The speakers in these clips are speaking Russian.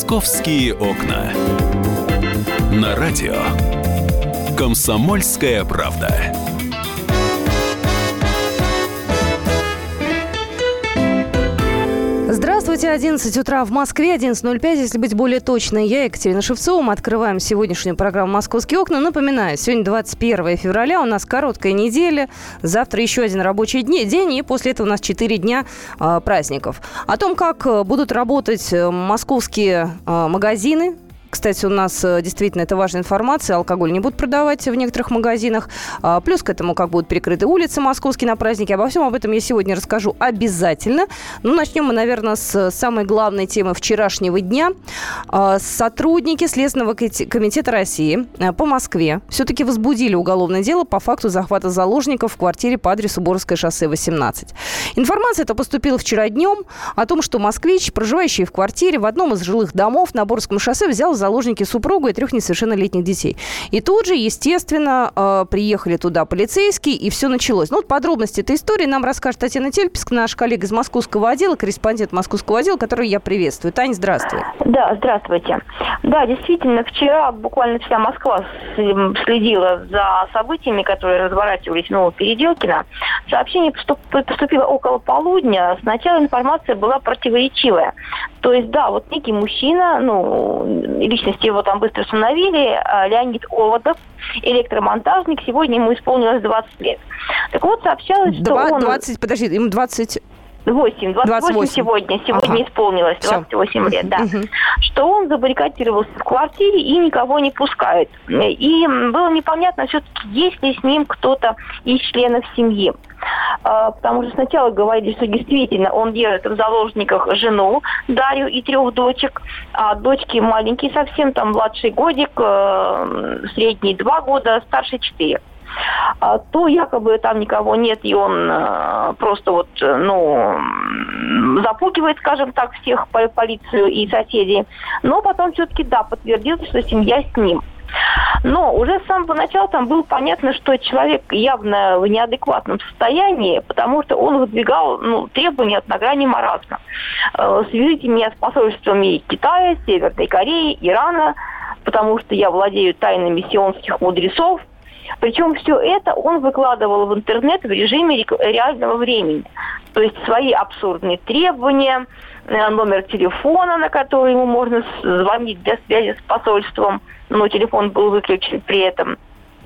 «Московские окна». На радио «Комсомольская правда». Здравствуйте, 11 утра в Москве, 11:05, если быть более точной. Я, Екатерина Шевцова. Мы открываем сегодняшнюю программу «Московские окна». Напоминаю, сегодня 21 февраля, у нас короткая неделя, завтра еще один рабочий день, и после этого у нас 4 дня праздников. О том, как будут работать московские магазины. Кстати, у нас действительно это важная информация. Алкоголь не будут продавать в некоторых магазинах. Плюс к этому, как будут перекрыты улицы московские на праздники. Обо всем об этом я сегодня расскажу обязательно. Ну, начнем мы, наверное, с самой главной темы вчерашнего дня. Сотрудники Следственного комитета России по Москве все-таки возбудили уголовное дело по факту захвата заложников в квартире по адресу Боровское шоссе, 18. Информация эта поступила вчера днем о том, что москвич, проживающий в квартире в одном из жилых домов на Боровском шоссе, взял в заложники супругу и 3 несовершеннолетних детей. И тут же, естественно, приехали туда полицейские, и все началось. Ну, вот подробности этой истории нам расскажет Татьяна Тельписк, наш коллега из московского отдела, корреспондент московского отдела, которую я приветствую. Тань, здравствуй. Да, здравствуйте. Да, действительно, вчера буквально вся Москва следила за событиями, которые разворачивались в Новопеределкино. Сообщение поступило около полудня. Сначала информация была противоречивая. То есть, да, вот некий мужчина, личности его там быстро установили, Леонид Оводов, электромонтажник, сегодня ему исполнилось 20 лет. Так вот, сообщалось, что он... 20, подожди, ему 20... 28 сегодня исполнилось, 28 лет, да. Что он забаррикадировался в квартире и никого не пускает. И было непонятно все-таки, есть ли с ним кто-то из членов семьи. Потому что сначала говорили, что действительно он держит в заложниках жену Дарью и 3 дочек, а дочки маленькие совсем, там младший годик, средний 2 года, старший 4. То якобы там никого нет, и он просто запугивает, скажем так, всех, полицию и соседей. Но потом все-таки, да, подтвердилось, что семья с ним. Но уже с самого начала там было понятно, что человек явно в неадекватном состоянии, потому что он выдвигал требования на грани маразма. Свяжите меня с посольствами Китая, Северной Кореи, Ирана, потому что я владею тайнами сионских мудрецов. Причем все это он выкладывал в интернет в режиме реального времени. То есть свои абсурдные требования, номер телефона, на который ему можно звонить для связи с посольством, но телефон был выключен при этом.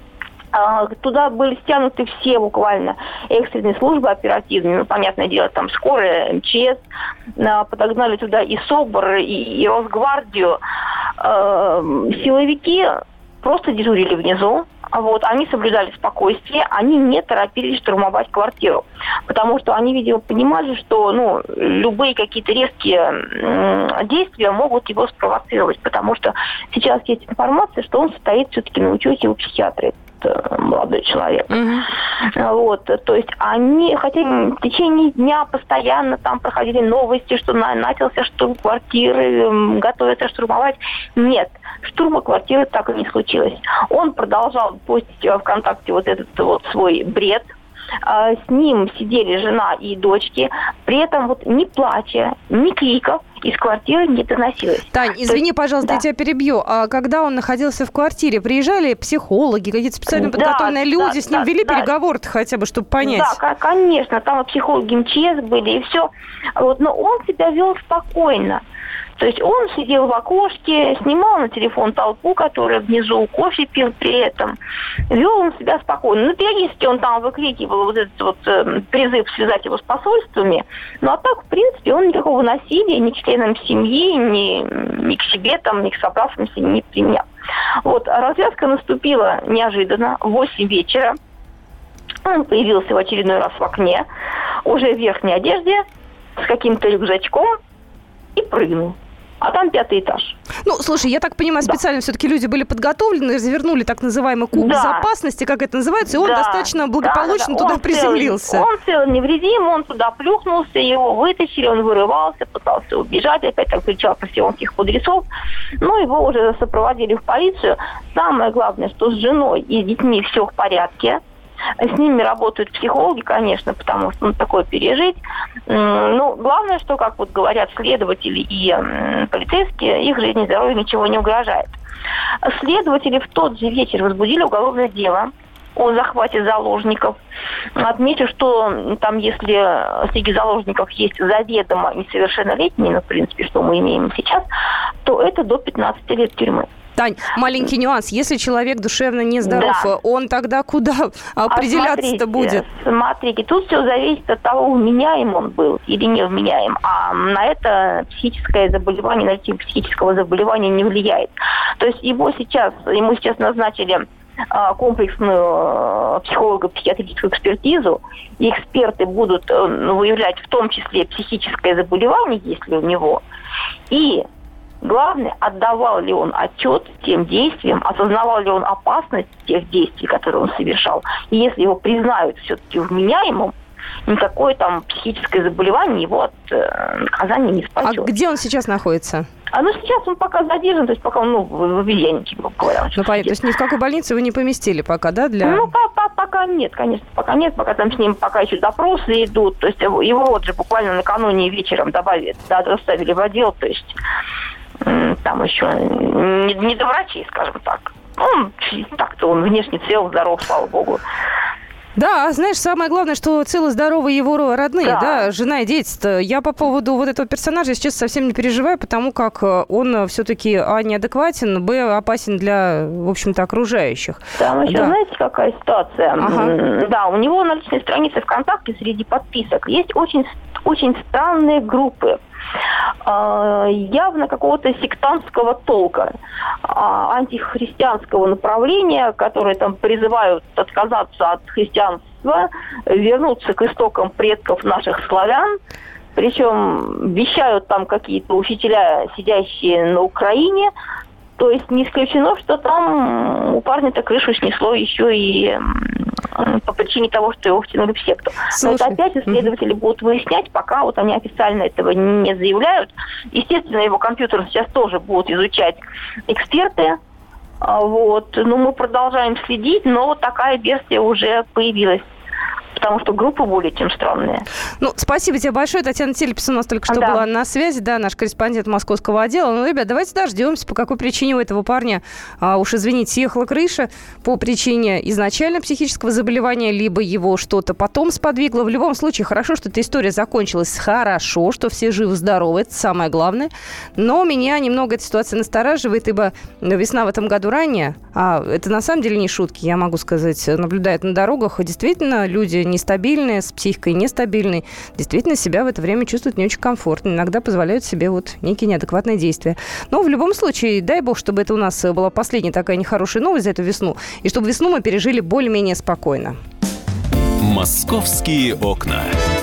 Туда были стянуты все буквально экстренные службы оперативные, понятное дело, там скорая, МЧС, подогнали туда и СОБР, и Росгвардию. Силовики просто дежурили внизу. Они соблюдали спокойствие, они не торопились штурмовать квартиру, потому что они, видимо, понимали, что любые какие-то резкие действия могут его спровоцировать, потому что сейчас есть информация, что он состоит все-таки на учете у психиатра, молодой человек. То есть они, хотя в течение дня постоянно там проходили новости, что начался штурм квартиры, готовятся штурмовать. Нет, штурма квартиры так и не случилось. Он продолжал постить в ВКонтакте этот свой бред. С ним сидели жена и дочки, при этом ни плача, ни криков из квартиры не доносилось. Тань, извини, пожалуйста, я тебя перебью. А когда он находился в квартире, приезжали психологи, какие-то специально подготовленные люди, с ним вели переговоры хотя бы, чтобы понять? Да, конечно, там и психологи МЧС были, и все. Но он себя вел спокойно. То есть он сидел в окошке, снимал на телефон толпу, которая внизу кофе пил при этом. Вел он себя спокойно. Периодически он там выкрикивал этот призыв связать его с посольствами. А так, в принципе, он никакого насилия ни к членам семьи, ни к себе, ни к собравшимся не применял. Развязка наступила неожиданно в 8 вечера. Он появился в очередной раз в окне, уже в верхней одежде, с каким-то рюкзачком и прыгнул. А там 5-й этаж. Слушай, я так понимаю, специально все-таки люди были подготовлены, развернули так называемый куб безопасности, как это называется, и он достаточно благополучно туда приземлился. Он цел невредим, он туда плюхнулся, его вытащили, он вырывался, пытался убежать, опять так кричал про сионских мудрецов. Его уже сопроводили в полицию. Самое главное, что с женой и с детьми все в порядке. С ними работают психологи, конечно, потому что такое пережить. Но главное, что, как вот говорят следователи и полицейские, их жизни и здоровью ничего не угрожает. Следователи в тот же вечер возбудили уголовное дело о захвате заложников. Отмечу, что там, если среди заложников есть заведомо несовершеннолетние, ну, в принципе, что мы имеем сейчас, то это до 15 лет тюрьмы. Тань, маленький нюанс. Если человек душевно нездоров, да, он тогда куда определяться-то будет? Смотрите, тут все зависит от того, вменяем он был или не вменяем. А на это психическое заболевание, на тип психического заболевания не влияет. То есть ему сейчас назначили комплексную психолого-психиатрическую экспертизу, и эксперты будут выявлять в том числе психическое заболевание, если у него, и главное, отдавал ли он отчет тем действиям, осознавал ли он опасность тех действий, которые он совершал. И если его признают все-таки вменяемым, никакое там психическое заболевание его от наказания не спасет. А где он сейчас находится? Сейчас он пока задержан, то есть пока он в Вильяннике, грубо говоря. Понятно. То есть ни в какую больницу его не поместили пока, да? Пока нет, конечно, пока там с ним пока еще допросы идут. То есть его вот же буквально накануне вечером доставили в отдел, то есть там еще не до врачей, скажем так. Так-то он внешне цел, здоров, слава богу. Да, знаешь, самое главное, что целы-здоровы его родные, да, жена и дети-то. Я по поводу вот этого персонажа, если честно, совсем не переживаю, потому как он все-таки, неадекватен, опасен для, в общем-то, окружающих. Там еще, знаете, какая ситуация? Ага. Да, у него на личной странице ВКонтакте среди подписок есть очень странные группы. Явно какого-то сектантского толка, антихристианского направления, которые там призывают отказаться от христианства, вернуться к истокам предков наших славян. Причем вещают там какие-то учителя, сидящие на Украине. То есть не исключено, что там у парня-то крышу снесло еще и по причине того, что его втянули в секту. Но это опять исследователи будут выяснять, пока вот они официально этого не заявляют. Естественно, его компьютер сейчас тоже будут изучать эксперты. Мы продолжаем следить, но вот такая версия уже появилась. Потому что группы более чем странные. Спасибо тебе большое. Татьяна Телепис у нас только что была на связи, да, наш корреспондент московского отдела. Ребят, давайте дождемся, по какой причине у этого парня, уж извините, съехала крыша, по причине изначально психического заболевания, либо его что-то потом сподвигло. В любом случае, хорошо, что эта история закончилась хорошо, что все живы-здоровы, это самое главное. Но меня немного эта ситуация настораживает, ибо весна в этом году ранняя, это на самом деле не шутки, я могу сказать, наблюдают на дорогах, действительно, люди нестабильные, с психикой нестабильной, действительно себя в это время чувствуют не очень комфортно. Иногда позволяют себе некие неадекватные действия. Но в любом случае, дай бог, чтобы это у нас была последняя такая нехорошая новость за эту весну, и чтобы весну мы пережили более-менее спокойно. «Московские окна».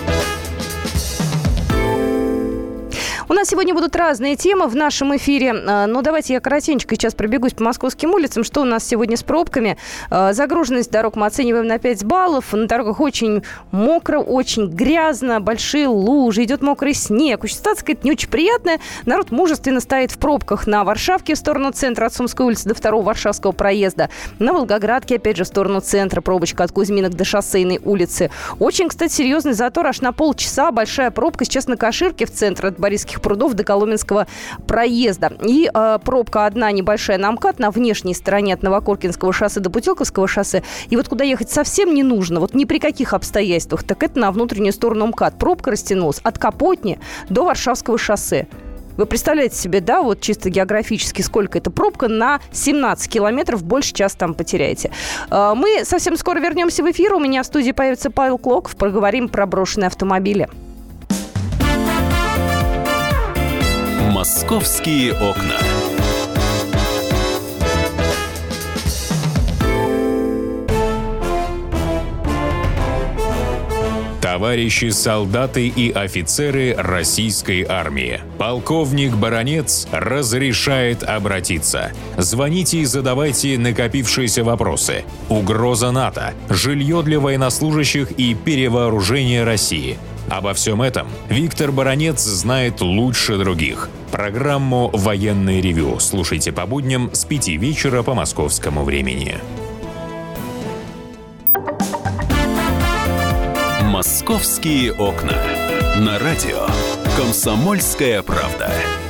У нас сегодня будут разные темы в нашем эфире, но давайте я коротенько сейчас пробегусь по московским улицам. Что у нас сегодня с пробками? Загруженность дорог мы оцениваем на 5 баллов. На дорогах очень мокро, очень грязно, большие лужи, идет мокрый снег. Ситуация какая-то не очень приятная. Народ мужественно стоит в пробках на Варшавке в сторону центра от Сумской улицы до 2-го Варшавского проезда. На Волгоградке, опять же, в сторону центра пробочка от Кузьминок до Шоссейной улицы. Очень, кстати, серьезный затор аж на полчаса. Большая пробка сейчас на Каширке в центр от Борисских прудов до Коломенского проезда. И пробка одна небольшая на МКАД на внешней стороне от Новокоркинского шоссе до Путилковского шоссе. И куда ехать совсем не нужно, ни при каких обстоятельствах, так это на внутреннюю сторону МКАД. Пробка растянулась от Капотни до Варшавского шоссе. Вы представляете себе, да, чисто географически, сколько это пробка на 17 километров, больше часа там потеряете. Мы совсем скоро вернемся в эфир. У меня в студии появится Павел Клоков. Поговорим про брошенные автомобили. «Московские окна». Товарищи солдаты и офицеры российской армии, полковник Баранец разрешает обратиться. Звоните и задавайте накопившиеся вопросы. Угроза НАТО, жилье для военнослужащих и перевооружение России. Обо всем этом Виктор Баранец знает лучше других. Программу «Военное ревю» слушайте по будням с 5 вечера по московскому времени. «Московские окна». На радио «Комсомольская правда».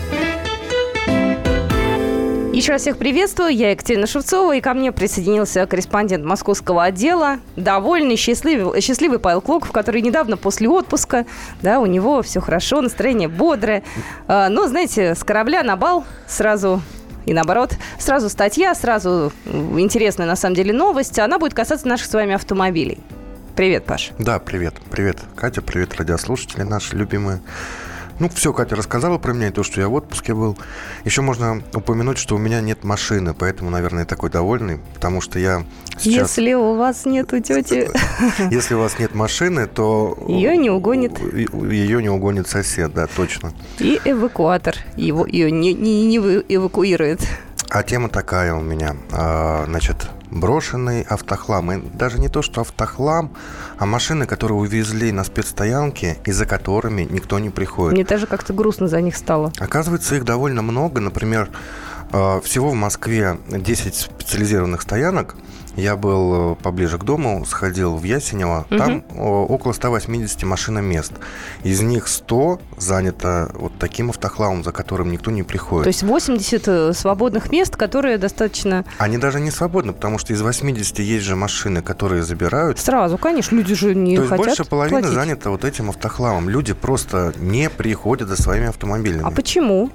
Еще раз всех приветствую. Я Екатерина Шевцова, и ко мне присоединился корреспондент московского отдела, довольный, счастливый Павел Клоков, который недавно после отпуска, да, у него все хорошо, настроение бодрое. Но, знаете, с корабля на бал сразу... И наоборот, сразу статья, сразу интересная на самом деле новость. Она будет касаться наших с вами автомобилей. Привет, Паш. Да, привет. Привет, Катя, привет, радиослушатели наши любимые. Ну, все, Катя рассказала про меня, и то, что я в отпуске был. Еще можно упомянуть, что у меня нет машины, поэтому, наверное, я такой довольный, потому что я сейчас... Если у вас нету тети... Если у вас нет машины, то... Ее не угонит. Ее не угонит сосед, да, точно. И эвакуатор ее не эвакуирует. А тема такая у меня. Значит, брошенный автохлам. И даже не то, что автохлам, а машины, которые увезли на спецстоянки и за которыми никто не приходит. Мне даже как-то грустно за них стало. Оказывается, их довольно много. Например, всего в Москве 10 специализированных стоянок. Я был поближе к дому, сходил в Ясенево. Там около 180 машиномест. Из них 100 занято вот таким автохламом, за которым никто не приходит. То есть 80 свободных мест, которые достаточно... Они даже не свободны, потому что из 80 есть же машины, которые забирают. Сразу, конечно, люди же не хотят. То есть больше половины платить. занято вот этим автохламом. Люди просто не приходят за своими автомобилями. А почему?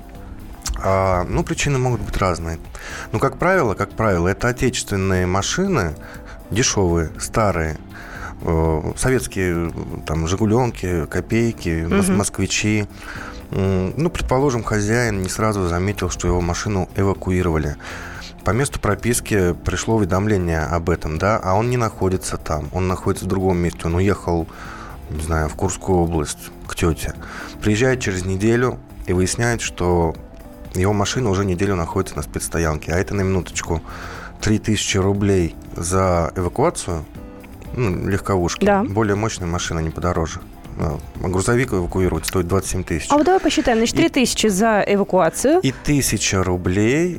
Ну, причины могут быть разные. Но, как правило, это отечественные машины, дешевые, старые, советские, там, «Жигуленки», «Копейки», «Москвичи». Ну, предположим, хозяин не сразу заметил, что его машину эвакуировали. По месту прописки пришло уведомление об этом, да, а он не находится там, он находится в другом месте. Он уехал, не знаю, в Курскую область к тете. Приезжает через неделю и выясняет, что его машина уже неделю находится на спецстоянке. А это, на минуточку, 3000 рублей за эвакуацию, легковушки. Да. Более мощная машина, не подороже. Грузовик эвакуировать стоит 27 тысяч. А вот давай посчитаем. Значит, 3000 за эвакуацию. И 1000 рублей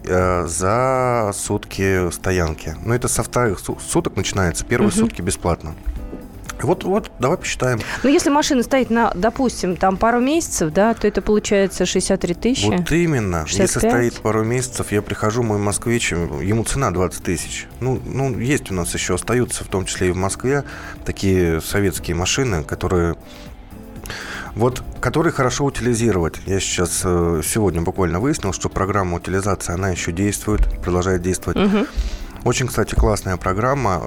за сутки стоянки. Но это со вторых суток начинается. Первые сутки бесплатно. Вот, давай посчитаем. Ну, если машина стоит на, допустим, там пару месяцев, да, то это получается 63 тысячи. Вот именно. 65. Если стоит пару месяцев, я прихожу, мой москвич, ему цена 20 тысяч. Ну, есть у нас еще, остаются, в том числе и в Москве, такие советские машины, которые хорошо утилизировать. Я сегодня буквально выяснил, что программа утилизации, она еще действует, продолжает действовать. Очень, кстати, классная программа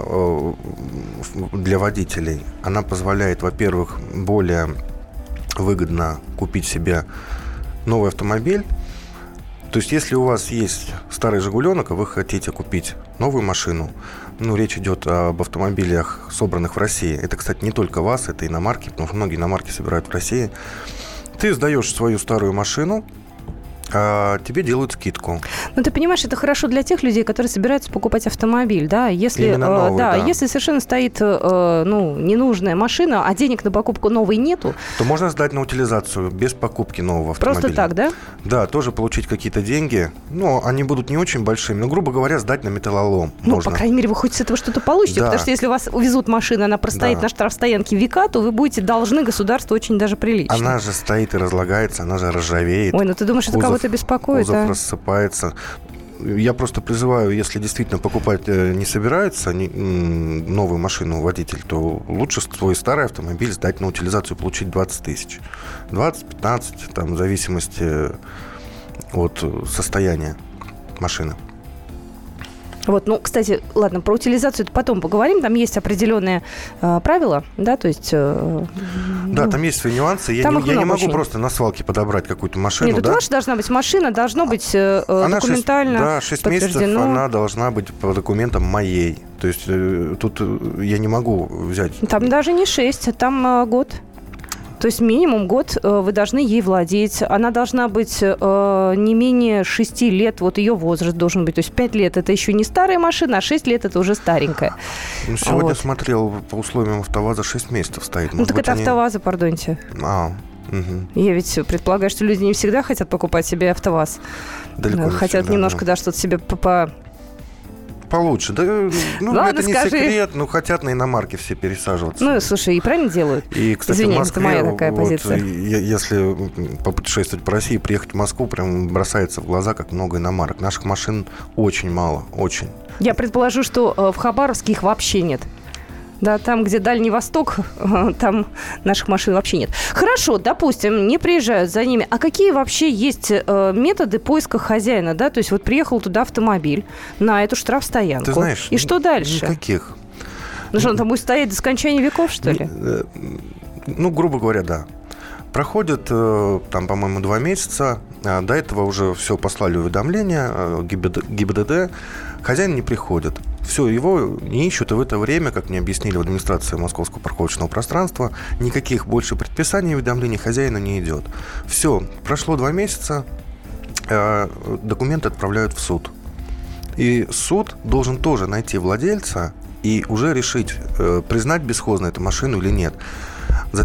для водителей. Она позволяет, во-первых, более выгодно купить себе новый автомобиль. То есть, если у вас есть старый «Жигуленок», а вы хотите купить новую машину, речь идет об автомобилях, собранных в России. Это, кстати, не только ВАЗ, это иномарки, потому что многие иномарки собирают в России. Ты сдаешь свою старую машину, а тебе делают скидку. Ну, ты понимаешь, это хорошо для тех людей, которые собираются покупать автомобиль, да? Если, новый, да. Если совершенно стоит, ненужная машина, а денег на покупку новой нету, то можно сдать на утилизацию без покупки нового автомобиля. Просто так, да? Да, тоже получить какие-то деньги. Они будут не очень большими, но, грубо говоря, сдать на металлолом можно. По крайней мере, вы хоть с этого что-то получите, да. Потому что если вас увезут машину, она простоит на штрафстоянке века, то вы будете должны государству очень даже прилично. Она же стоит и разлагается, она же ржавеет. Ой, ты думаешь, это кого-то беспокоит, кузов рассыпается. Я просто призываю, если действительно покупать не собирается новую машину водитель, то лучше свой старый автомобиль сдать на утилизацию, получить 20 тысяч. 20-15, там, в зависимости от состояния машины. Кстати, ладно, про утилизацию потом поговорим. Там есть определенные правила, да, то есть... Да, там есть свои нюансы. Я не могу просто на свалке подобрать какую-то машину. Нет, ваша должна быть машина, должно быть документально 6 месяцев она должна быть по документам моей. То есть тут я не могу взять... Там даже не 6, там год. То есть минимум год вы должны ей владеть. Она должна быть не менее 6 лет. Вот ее возраст должен быть. То есть 5 лет – это еще не старая машина, а 6 лет – это уже старенькая. Сегодня смотрел, по условиям АвтоВАЗа 6 месяцев стоит. Так это АвтоВАЗа, пардоньте. Я ведь предполагаю, что люди не всегда хотят покупать себе АвтоВАЗ. Далеко хотят всегда, немножко, что-то себе получше. Да, Ладно, это не скажи. секрет, хотят на иномарки все пересаживаться. Слушай, и правильно делают. И, кстати, Извини, в Москве, это моя такая позиция. Если попутешествовать по России, приехать в Москву, прям бросается в глаза, как много иномарок. Наших машин очень мало, очень. Я предположу, что в Хабаровске их вообще нет. Да, там, где Дальний Восток, там наших машин вообще нет. Хорошо, допустим, не приезжают за ними. А какие вообще есть методы поиска хозяина, да? То есть вот приехал туда автомобиль на эту штрафстоянку. Ты знаешь, и что дальше? Никаких. Что, он там будет стоять до скончания веков, что ли? Грубо говоря, да. Проходит, там, по-моему, 2 месяца. До этого уже все послали уведомления, ГИБДД. Хозяин не приходит. Все, его не ищут, и в это время, как мне объяснили в администрации Московского парковочного пространства, никаких больше предписаний и уведомлений хозяина не идет. Все, прошло 2 месяца, документы отправляют в суд. И суд должен тоже найти владельца и уже решить, признать бесхозно эту машину или нет. За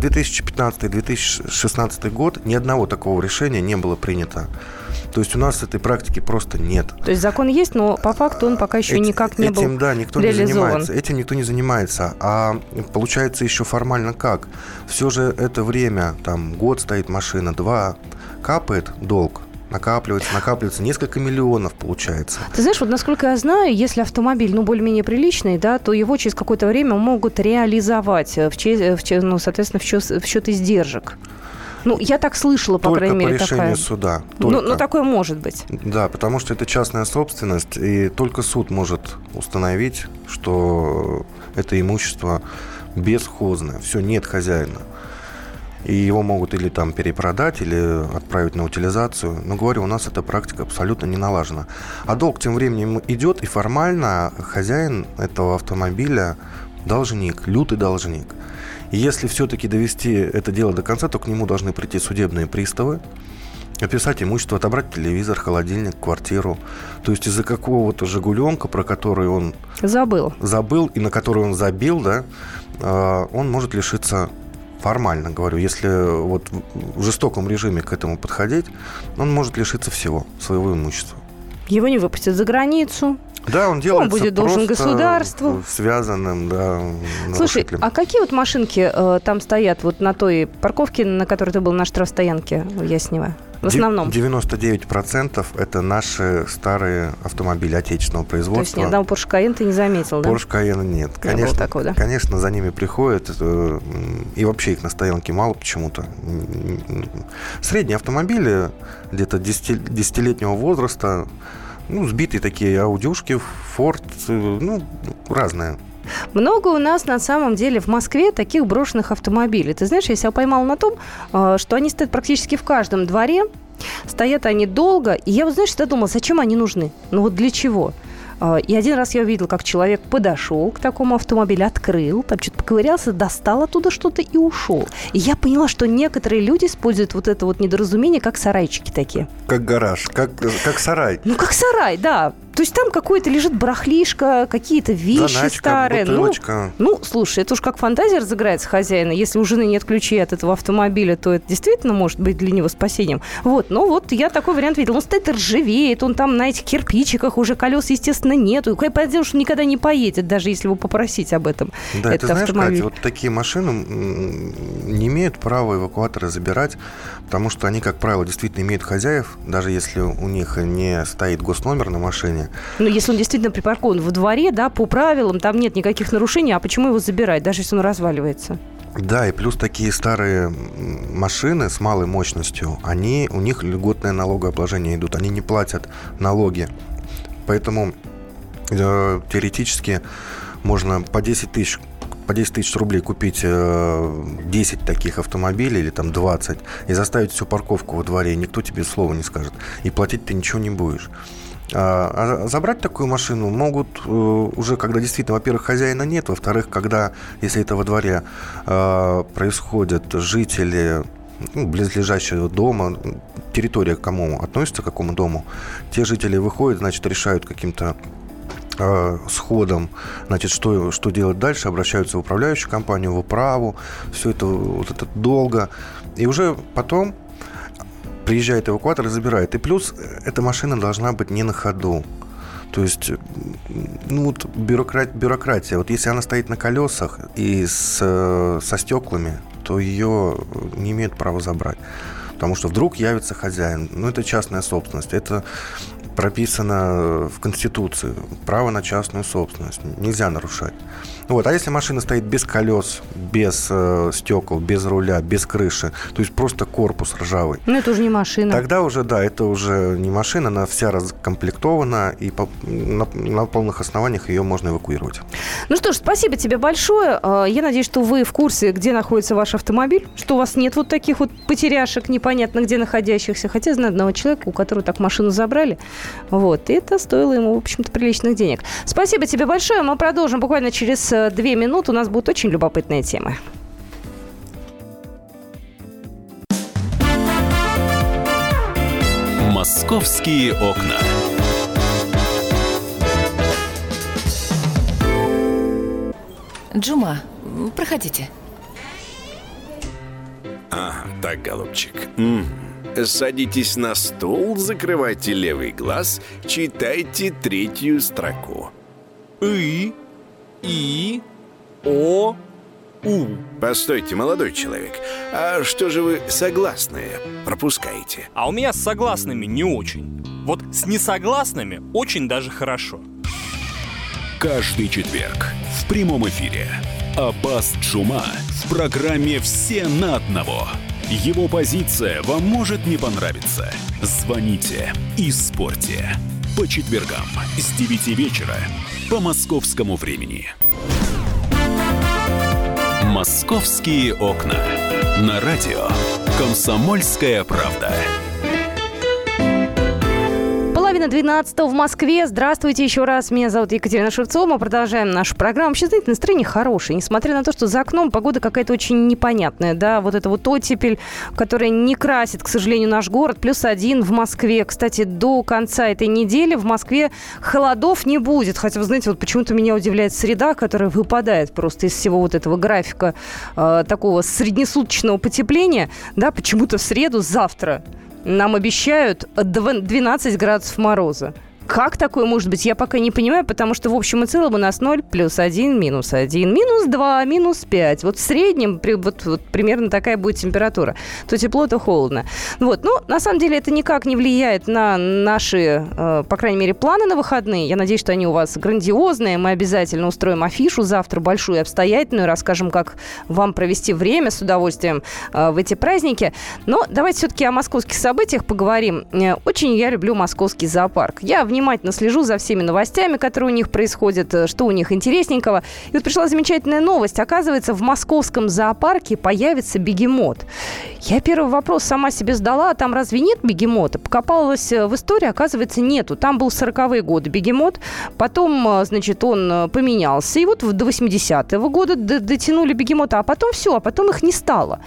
2015-2016 год ни одного такого решения не было принято. То есть у нас этой практики просто нет. То есть закон есть, но по факту он пока еще никак не был реализован. Никто не занимается. Этим никто не занимается. А получается еще формально как? Все же это время, там, год стоит машина, 2, капает долг. Накапливается, несколько миллионов получается. Ты знаешь, вот насколько я знаю, если автомобиль, более-менее приличный, да, то его через какое-то время могут реализовать, соответственно, в счет издержек. Я так слышала, по крайней мере, такая. Только по решению суда. Такое может быть. Да, потому что это частная собственность, и только суд может установить, что это имущество бесхозное. Все, нет хозяина. И его могут или там перепродать, или отправить на утилизацию. Но, говорю, у нас эта практика абсолютно не налажена. А долг тем временем идет, и формально хозяин этого автомобиля должник, лютый должник. И если все-таки довести это дело до конца, то к нему должны прийти судебные приставы, описать имущество, отобрать телевизор, холодильник, квартиру. То есть из-за какого-то «Жигуленка», про который он забыл и на который он забил, да, он может лишиться. Формально говорю, если вот в жестоком режиме к этому подходить, он может лишиться всего своего имущества. Его не выпустят за границу. Да, он делается будет должен государству. Связанным, да. Слушай, а какие вот машинки там стоят вот на той парковке, на которой ты был на штрафстоянке в Яснево? В основном? 99% это наши старые автомобили отечественного производства. То есть ни одного Porsche Cayenne ты не заметил, да? Porsche Cayenne нет. Конечно, такого, да? Конечно, за ними приходят. И вообще их на стоянке мало почему-то. Средние автомобили где-то 10-летнего возраста, сбитые такие аудюшки, Ford, разные. Много у нас на самом деле в Москве таких брошенных автомобилей. Ты знаешь, я себя поймала на том, что они стоят практически в каждом дворе. Стоят они долго. И я, всегда думала, зачем они нужны? Для чего? И один раз я увидела, как человек подошел к такому автомобилю, открыл, там что-то поковырялся, достал оттуда что-то и ушел. И я поняла, что некоторые люди используют вот это вот недоразумение, как сарайчики такие. Как гараж, как сарай. Как сарай, да. То есть там какое-то лежит барахлишко, какие-то вещи заначка, старые. бутылочка. Слушай, это уж как фантазия разыграется хозяина. Если у жены нет ключей от этого автомобиля, то это действительно может быть для него спасением. Я такой вариант видела. Он стоит и ржавеет, он там на этих кирпичиках, уже колес, естественно, нету. Я понятно, что он никогда не поедет, даже если его попросить об этом. Да, ты знаешь, Катя, вот такие машины не имеют права эвакуаторы забирать, потому что они, как правило, действительно имеют хозяев, даже если у них не стоит госномер на машине. Если он действительно припаркован во дворе, да, по правилам, там нет никаких нарушений, а почему его забирать, даже если он разваливается? Да, и плюс такие старые машины с малой мощностью, у них льготное налогообложение идут, они не платят налоги. Поэтому теоретически можно по 10 тысяч рублей купить 10 таких автомобилей или там 20 и заставить всю парковку во дворе, и никто тебе слова не скажет. И платить ты ничего не будешь. А забрать такую машину могут уже, когда действительно, во-первых, хозяина нет, во-вторых, если это во дворе происходят жители близлежащего дома, территория к кому относится, к какому дому, те жители выходят, значит, решают каким-то сходом, значит, что делать дальше, обращаются в управляющую компанию, в управу, все это долго, и уже потом приезжает эвакуатор и забирает. И плюс эта машина должна быть не на ходу. То есть, вот бюрократия. Вот если она стоит на колесах и со стеклами, то ее не имеют права забрать. Потому что вдруг явится хозяин. Это частная собственность. Это прописано в Конституции. Право на частную собственность. Нельзя нарушать. А если машина стоит без колес, без стекол, без руля, без крыши, то есть просто корпус ржавый. Это уже не машина. Тогда уже, это уже не машина, она вся раскомплектована, и на полных основаниях ее можно эвакуировать. Ну что ж, спасибо тебе большое. Я надеюсь, что вы в курсе, где находится ваш автомобиль, что у вас нет вот таких вот потеряшек, непонятно где находящихся. Хотя знаю одного человека, у которого так машину забрали. И это стоило ему, в общем-то, приличных денег. Спасибо тебе большое. Мы продолжим буквально через 2 минуты. У нас будет очень любопытная тема. «Московские окна». Джума, проходите. Так, голубчик. Садитесь на стул, закрывайте левый глаз, читайте 3-ю строку. И, О, У. Постойте, молодой человек, а что же вы согласные пропускаете? А у меня с согласными не очень. Вот с несогласными очень даже хорошо. Каждый четверг в прямом эфире Аббас Джума в программе «Все на одного». Его позиция вам может не понравиться. Звоните и спорьте. По четвергам с 9 вечера по московскому времени. «Московские окна». На радио «Комсомольская правда». 11:30 в Москве. Здравствуйте еще раз. Меня зовут Екатерина Шевцова. Мы продолжаем нашу программу. Вообще, знаете, настроение хорошее. Несмотря на то, что за окном погода какая-то очень непонятная. Да, вот это вот оттепель, которая не красит, к сожалению, наш город. +1 в Москве. Кстати, до конца этой недели в Москве холодов не будет. Хотя, вы знаете, почему-то меня удивляет среда, которая выпадает просто из всего вот этого графика такого среднесуточного потепления. Да, почему-то в среду, завтра нам обещают 12 градусов мороза. Как такое может быть, я пока не понимаю, потому что в общем и целом у нас 0, +1, -1, -2, -5. Вот в среднем вот примерно такая будет температура. То тепло, то холодно. На самом деле это никак не влияет на наши, по крайней мере, планы на выходные. Я надеюсь, что они у вас грандиозные. Мы обязательно устроим афишу завтра большую и обстоятельную, расскажем, как вам провести время с удовольствием в эти праздники. Но давайте все-таки о московских событиях поговорим. Очень я люблю московский зоопарк. Я внимательно слежу за всеми новостями, которые у них происходят, что у них интересненького. И вот пришла замечательная новость. Оказывается, в московском зоопарке появится бегемот. Я первый вопрос сама себе задала, а там разве нет бегемота? Покопалась в истории, оказывается, нету. Там был 40-е годы бегемот, потом, значит, он поменялся, и вот до 80-го года дотянули бегемота, а потом все, а потом их не стало.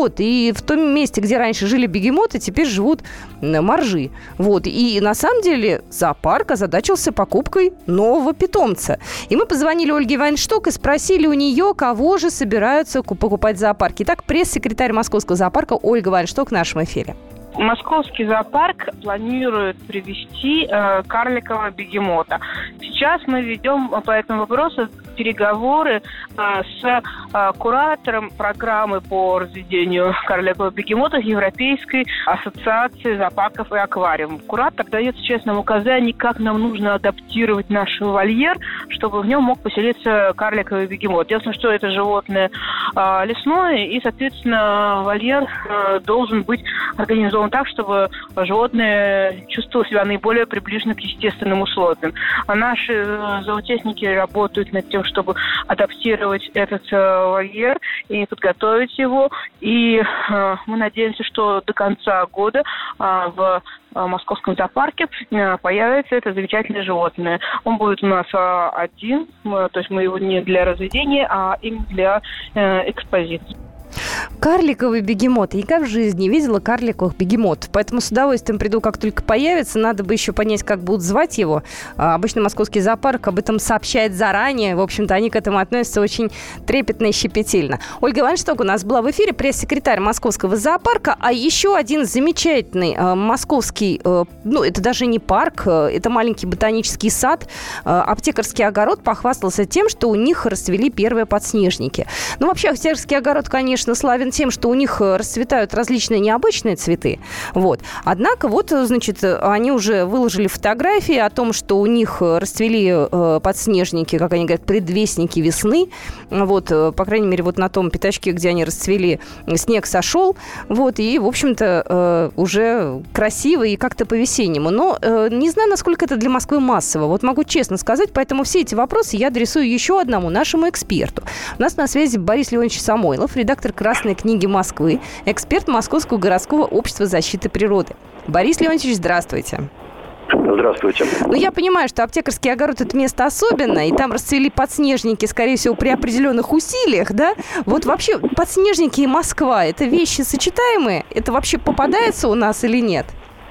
И в том месте, где раньше жили бегемоты, теперь живут моржи. И на самом деле зоопарк озадачился покупкой нового питомца. И мы позвонили Ольге Вайншток и спросили у нее, кого же собираются покупать в зоопарке. Итак, пресс-секретарь московского зоопарка Ольга Вайншток в нашем эфире. Московский зоопарк планирует привезти карликового бегемота. Сейчас мы ведем по этому вопросу переговоры с куратором программы по разведению карликового бегемота Европейской ассоциации зоопарков и аквариумов. Куратор дает честным указание, как нам нужно адаптировать наш вольер, чтобы в нем мог поселиться карликовый бегемот. Дело в том, что это животное лесное, и, соответственно, вольер должен быть организован так, чтобы животное чувствовало себя наиболее приближенно к естественным условиям. А наши зоотехники работают над тем, чтобы адаптировать этот вольер и подготовить его. И мы надеемся, что до конца года в московском зоопарке появится это замечательное животное. Он будет у нас один, то есть мы его не для разведения, а именно для экспозиции. Карликовый бегемот. Я никогда в жизни не видела карликовых бегемотов. Поэтому с удовольствием приду, как только появится. Надо бы еще понять, как будут звать его. Обычно московский зоопарк об этом сообщает заранее. В общем-то, они к этому относятся очень трепетно и щепетильно. Ольга Вайншток у нас была в эфире, пресс-секретарь московского зоопарка. А еще один замечательный московский, это даже не парк, это маленький ботанический сад, аптекарский огород похвастался тем, что у них расцвели первые подснежники. Вообще, аптекарский огород, конечно, славен тем, что у них расцветают различные необычные цветы. Вот. Однако, они уже выложили фотографии о том, что у них расцвели подснежники, как они говорят, предвестники весны. По крайней мере, на том пятачке, где они расцвели, снег сошел. И, в общем-то, уже красиво и как-то по-весеннему. Но не знаю, насколько это для Москвы массово. Могу честно сказать, поэтому все эти вопросы я адресую еще одному нашему эксперту. У нас на связи Борис Леонидович Самойлов, редактор «Красной книги Москвы», эксперт Московского городского общества защиты природы. Борис Леонидович, здравствуйте. Здравствуйте. Я понимаю, что аптекарский огород – это место особенное, и там расцвели подснежники, скорее всего, при определенных усилиях, да? Вообще подснежники и Москва – это вещи сочетаемые? Это вообще попадается у нас или нет?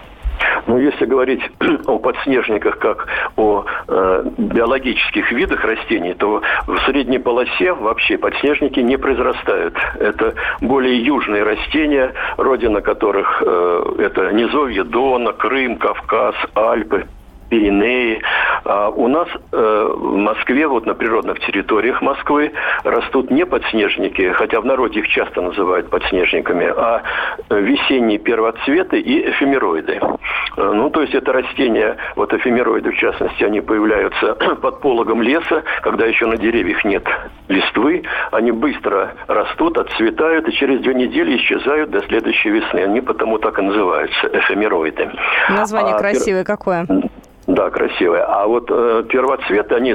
Если говорить о подснежниках как о биологических видах растений, то в средней полосе вообще подснежники не произрастают. Это более южные растения, родина которых это низовье Дона, Крым, Кавказ, Альпы, Пиренеи. А у нас в Москве, на природных территориях Москвы растут не подснежники, хотя в народе их часто называют подснежниками, а весенние первоцветы и эфемероиды. То есть это растения, эфемероиды в частности, они появляются под пологом леса, когда еще на деревьях нет листвы. Они быстро растут, отцветают и через 2 недели исчезают до следующей весны. Они потому так и называются эфемероиды. Название красивое какое? Да, красивые. А первоцветы, они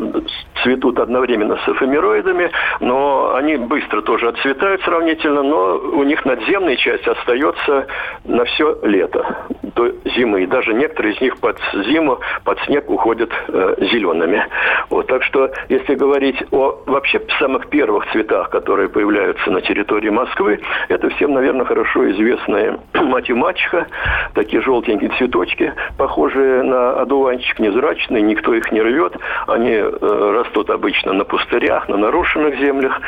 цветут одновременно с эфемероидами, но они быстро тоже отцветают сравнительно, но у них надземная часть остается на все лето, до зимы. И даже некоторые из них под зиму, под снег уходят зелеными. Так что, если говорить о вообще самых первых цветах, которые появляются на территории Москвы, это всем, наверное, хорошо известные мать и мачеха, такие желтенькие цветочки, похожие на одуванчик, невзрачный, никто их не рвет. Они растут обычно на пустырях, на нарушенных землях.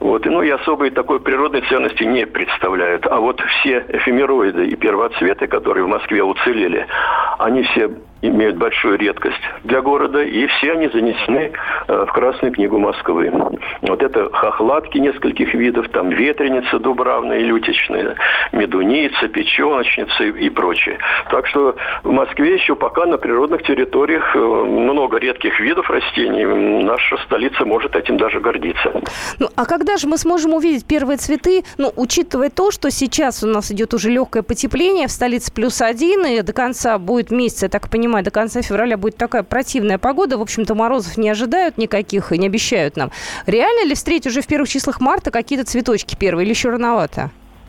И особой такой природной ценности не представляют. А все эфемероиды и первоцветы, которые в Москве уцелели, они все имеют большую редкость для города, и все они занесены в Красную книгу Москвы. Это хохлатки нескольких видов, там ветреница дубравная и лютичная, медуница, печеночница и прочее. Так что в Москве еще пока на природных территориях много редких видов растений. Наша столица может этим даже гордиться. А когда же мы сможем увидеть первые цветы, учитывая то, что сейчас у нас идет уже легкое потепление, в столице +1, и до конца будет месяц, я так понимаю, до конца февраля будет такая противная погода. В общем-то, морозов не ожидают никаких и не обещают нам. Реально ли встретить уже в первых числах марта какие-то цветочки первые или еще рановато?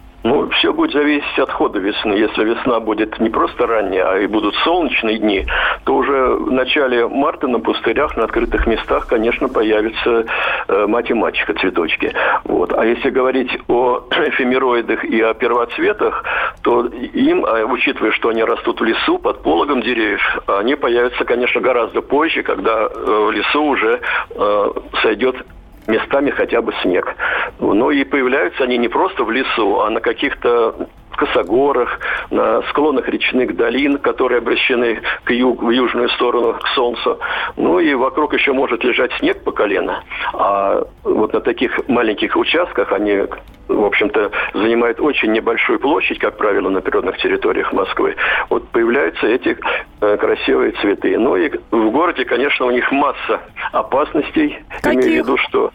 Все будет зависеть от хода весны. Если весна будет не просто ранняя, а и будут солнечные дни, то уже в начале марта на пустырях, на открытых местах, конечно, появятся мать и мачеха цветочки. А если говорить о эфемероидах и о первоцветах, то им, учитывая, что они растут в лесу, под пологом деревьев, они появятся, конечно, гораздо позже, когда в лесу уже сойдет местами хотя бы снег. И появляются они не просто в лесу, а на каких-то косогорах, на склонах речных долин, которые обращены к югу, в южную сторону, к солнцу. И вокруг еще может лежать снег по колено. А на таких маленьких участках они, в общем-то, занимают очень небольшую площадь, как правило, на природных территориях Москвы. Появляются эти красивые цветы. И в городе, конечно, у них масса опасностей. Каких? Имею в виду, что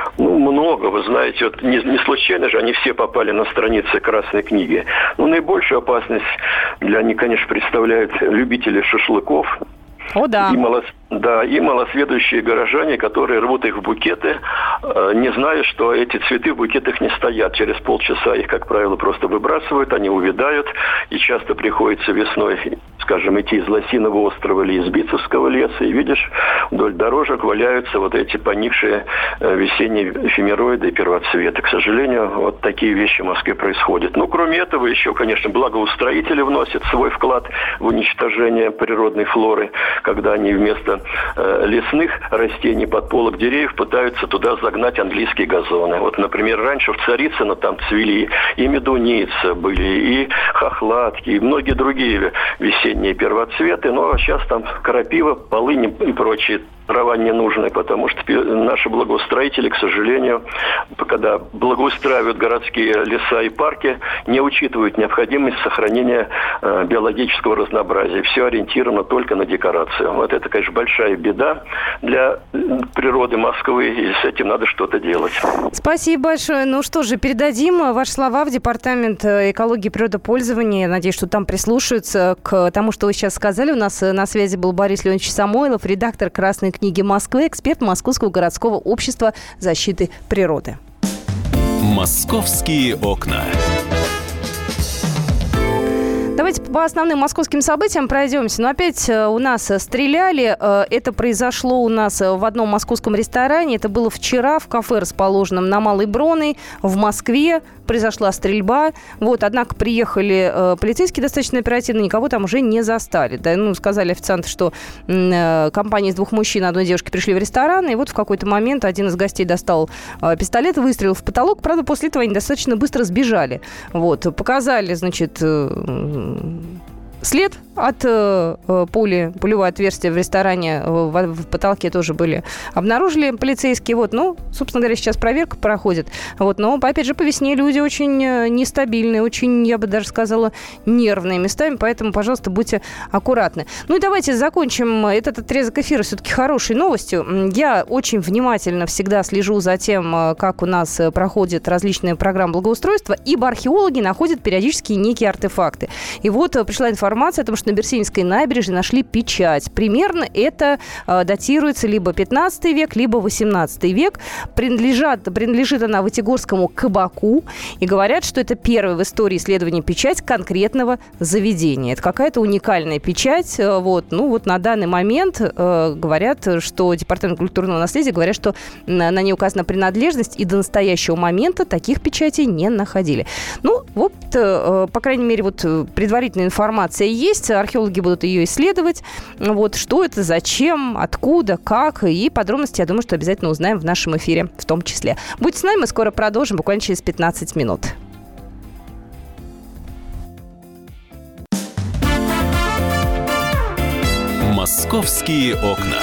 много, вы знаете, не случайно же они все попали на страницы Красной книги. Наибольшую опасность для них, конечно, представляют любители шашлыков. О, да. Да, и малосведущие горожане, которые рвут их в букеты, не зная, что эти цветы в букетах не стоят. Через полчаса их, как правило, просто выбрасывают, они увядают, и часто приходится весной, скажем, идти из Лосиного острова или из Битцевского леса, и видишь, вдоль дорожек валяются вот эти поникшие весенние эфемероиды и первоцветы. К сожалению, вот такие вещи в Москве происходят. Ну, кроме этого, еще, конечно, благоустроители вносят свой вклад в уничтожение природной флоры, когда они вместо лесных растений под полок деревьев пытаются туда загнать английские газоны. Вот, например, раньше в Царицыно там цвели и медуницы были, и хохлатки, и многие другие весенние первоцветы, но сейчас там крапива, полынь и прочие трава ненужная, потому что наши благоустроители, к сожалению, когда благоустраивают городские леса и парки, не учитывают необходимость сохранения биологического разнообразия. Все ориентировано только на декорацию. Вот это, конечно, большая беда для природы Москвы, и с этим надо что-то делать. Спасибо большое. Ну что же, передадим ваши слова в Департамент экологии и природопользования. Я надеюсь, что там прислушаются к тому, что вы сейчас сказали. У нас на связи был Борис Леонидович Самойлов, редактор «Красной книги Москвы», эксперт Московского городского общества защиты природы. «Московские окна». Давайте по основным московским событиям пройдемся. Но опять у нас стреляли. Это произошло у нас в одном московском ресторане. Это было вчера в кафе, расположенном на Малой Бронной в Москве. Произошла стрельба. Вот, однако приехали полицейские достаточно оперативно, никого там уже не застали. Да, ну, сказали официанты, что компания из 2 мужчин и 1 девушки пришли в ресторан, и вот в какой-то момент один из гостей достал пистолет, выстрелил в потолок. Правда, после этого они достаточно быстро сбежали. Вот, показали, значит, след от пулевое отверстие в ресторане, в потолке тоже обнаружили полицейские. Вот, ну, собственно говоря, сейчас проверка проходит. Вот, но, опять же, по весне люди очень нестабильные, очень, я бы даже сказала, нервные местами, поэтому, пожалуйста, будьте аккуратны. Ну и давайте закончим этот отрезок эфира все-таки хорошей новостью. Я очень внимательно всегда слежу за тем, как у нас проходят различные программы благоустройства, ибо археологи находят периодически некие артефакты. И вот пришла информация о том, что на Берсеневской набережной нашли печать. Примерно это датируется либо 15 век, либо 18 век. Принадлежит она Вытегорскому кабаку. И говорят, что это первая в истории исследования печать конкретного заведения. Это какая-то уникальная печать. Вот. Ну вот на данный момент говорят, что Департамент культурного наследия говорят, что на ней указана принадлежность, и до настоящего момента таких печатей не находили. Ну вот, по крайней мере, вот предварительная информация есть. Археологи будут ее исследовать. Вот, что это, зачем, откуда, как. И подробности, я думаю, что обязательно узнаем в нашем эфире в том числе. Будьте с нами, мы скоро продолжим, буквально через 15 минут. «Московские окна».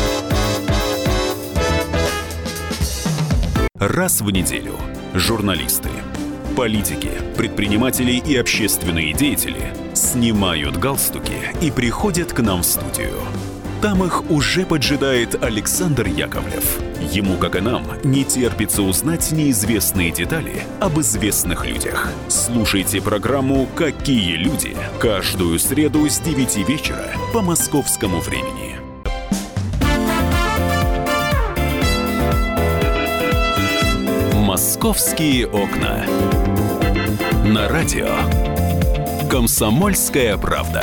Раз в неделю журналисты, политики, предприниматели и общественные деятели снимают галстуки и приходят к нам в студию. Там их уже поджидает Александр Яковлев. Ему, как и нам, не терпится узнать неизвестные детали об известных людях. Слушайте программу «Какие люди» каждую среду с 9 вечера по московскому времени. «Московские окна». На радио «Комсомольская правда».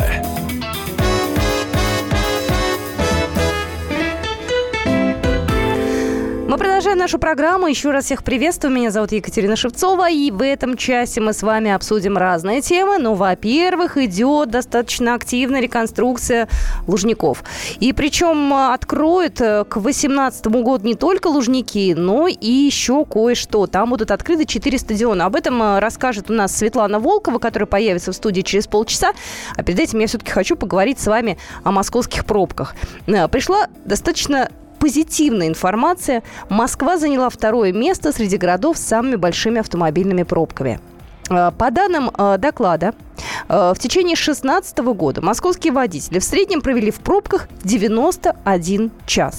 Мы продолжаем нашу программу. Еще раз всех приветствую. Меня зовут Екатерина Шевцова. И в этом часе мы с вами обсудим разные темы. Ну, во-первых, идет достаточно активная реконструкция Лужников. И причем откроют к 2018 году не только Лужники, но и еще кое-что. Там будут открыты 4 стадиона. Об этом расскажет у нас Светлана Волкова, которая появится в студии через полчаса. А перед этим я все-таки хочу поговорить с вами о московских пробках. Пришла достаточно позитивная информация. Москва заняла 2-е место среди городов с самыми большими автомобильными пробками. По данным доклада, в течение 2016 года московские водители в среднем провели в пробках 91 час.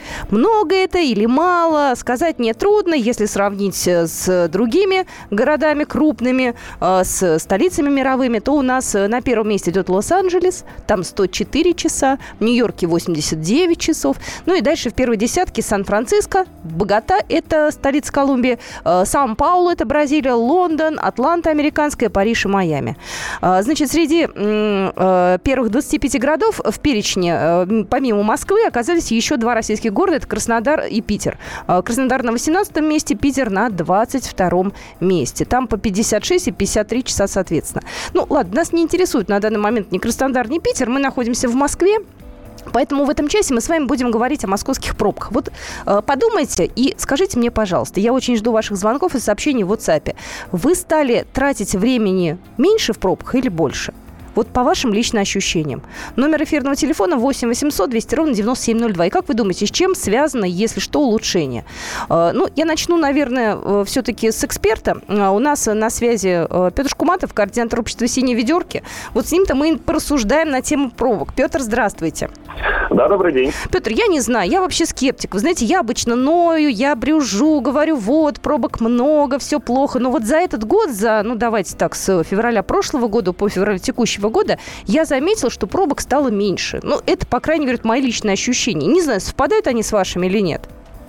Много это или мало, сказать мне трудно. Если сравнить с другими городами крупными, с столицами мировыми, то у нас на первом месте идет Лос-Анджелес, там 104 часа, в Нью-Йорке 89 часов. Ну и дальше в первой десятке Сан-Франциско, Богота – это столица Колумбии, Сан-Паулу – это Бразилия, Лондон, Атланта американская, Париж и Майами. Значит, среди первых 25 городов в перечне, помимо Москвы, оказались еще два российских города – это Краснодар и Питер. Краснодар на 18 месте, Питер на 22 месте. Там по 56 и 53 часа соответственно. Ну, ладно, нас не интересует на данный момент ни Краснодар, ни Питер. Мы находимся в Москве. Поэтому в этом часе мы с вами будем говорить о московских пробках. Вот подумайте и скажите мне, пожалуйста, я очень жду ваших звонков и сообщений в WhatsApp. Вы стали тратить времени меньше в пробках или больше? Вот по вашим личным ощущениям. Номер эфирного телефона 8 800 200 ровно 9702. И как вы думаете, с чем связано, если что, улучшение? Ну, я начну, наверное, все-таки с эксперта. У нас на связи Петр Шкуматов, координатор общества «Синие ведерки». Вот с ним-то мы порассуждаем на тему пробок. Петр, здравствуйте. Да, добрый день. Петр, я не знаю, я вообще скептик. Вы знаете, я обычно ною, я брюжу, говорю, вот, пробок много, все плохо. Но вот за этот год, давайте так, с февраля прошлого года по февраль текущего года, я заметила, что пробок стало меньше. Ну, это, по крайней мере, мои личные ощущения. Не знаю, совпадают они с вашими или нет?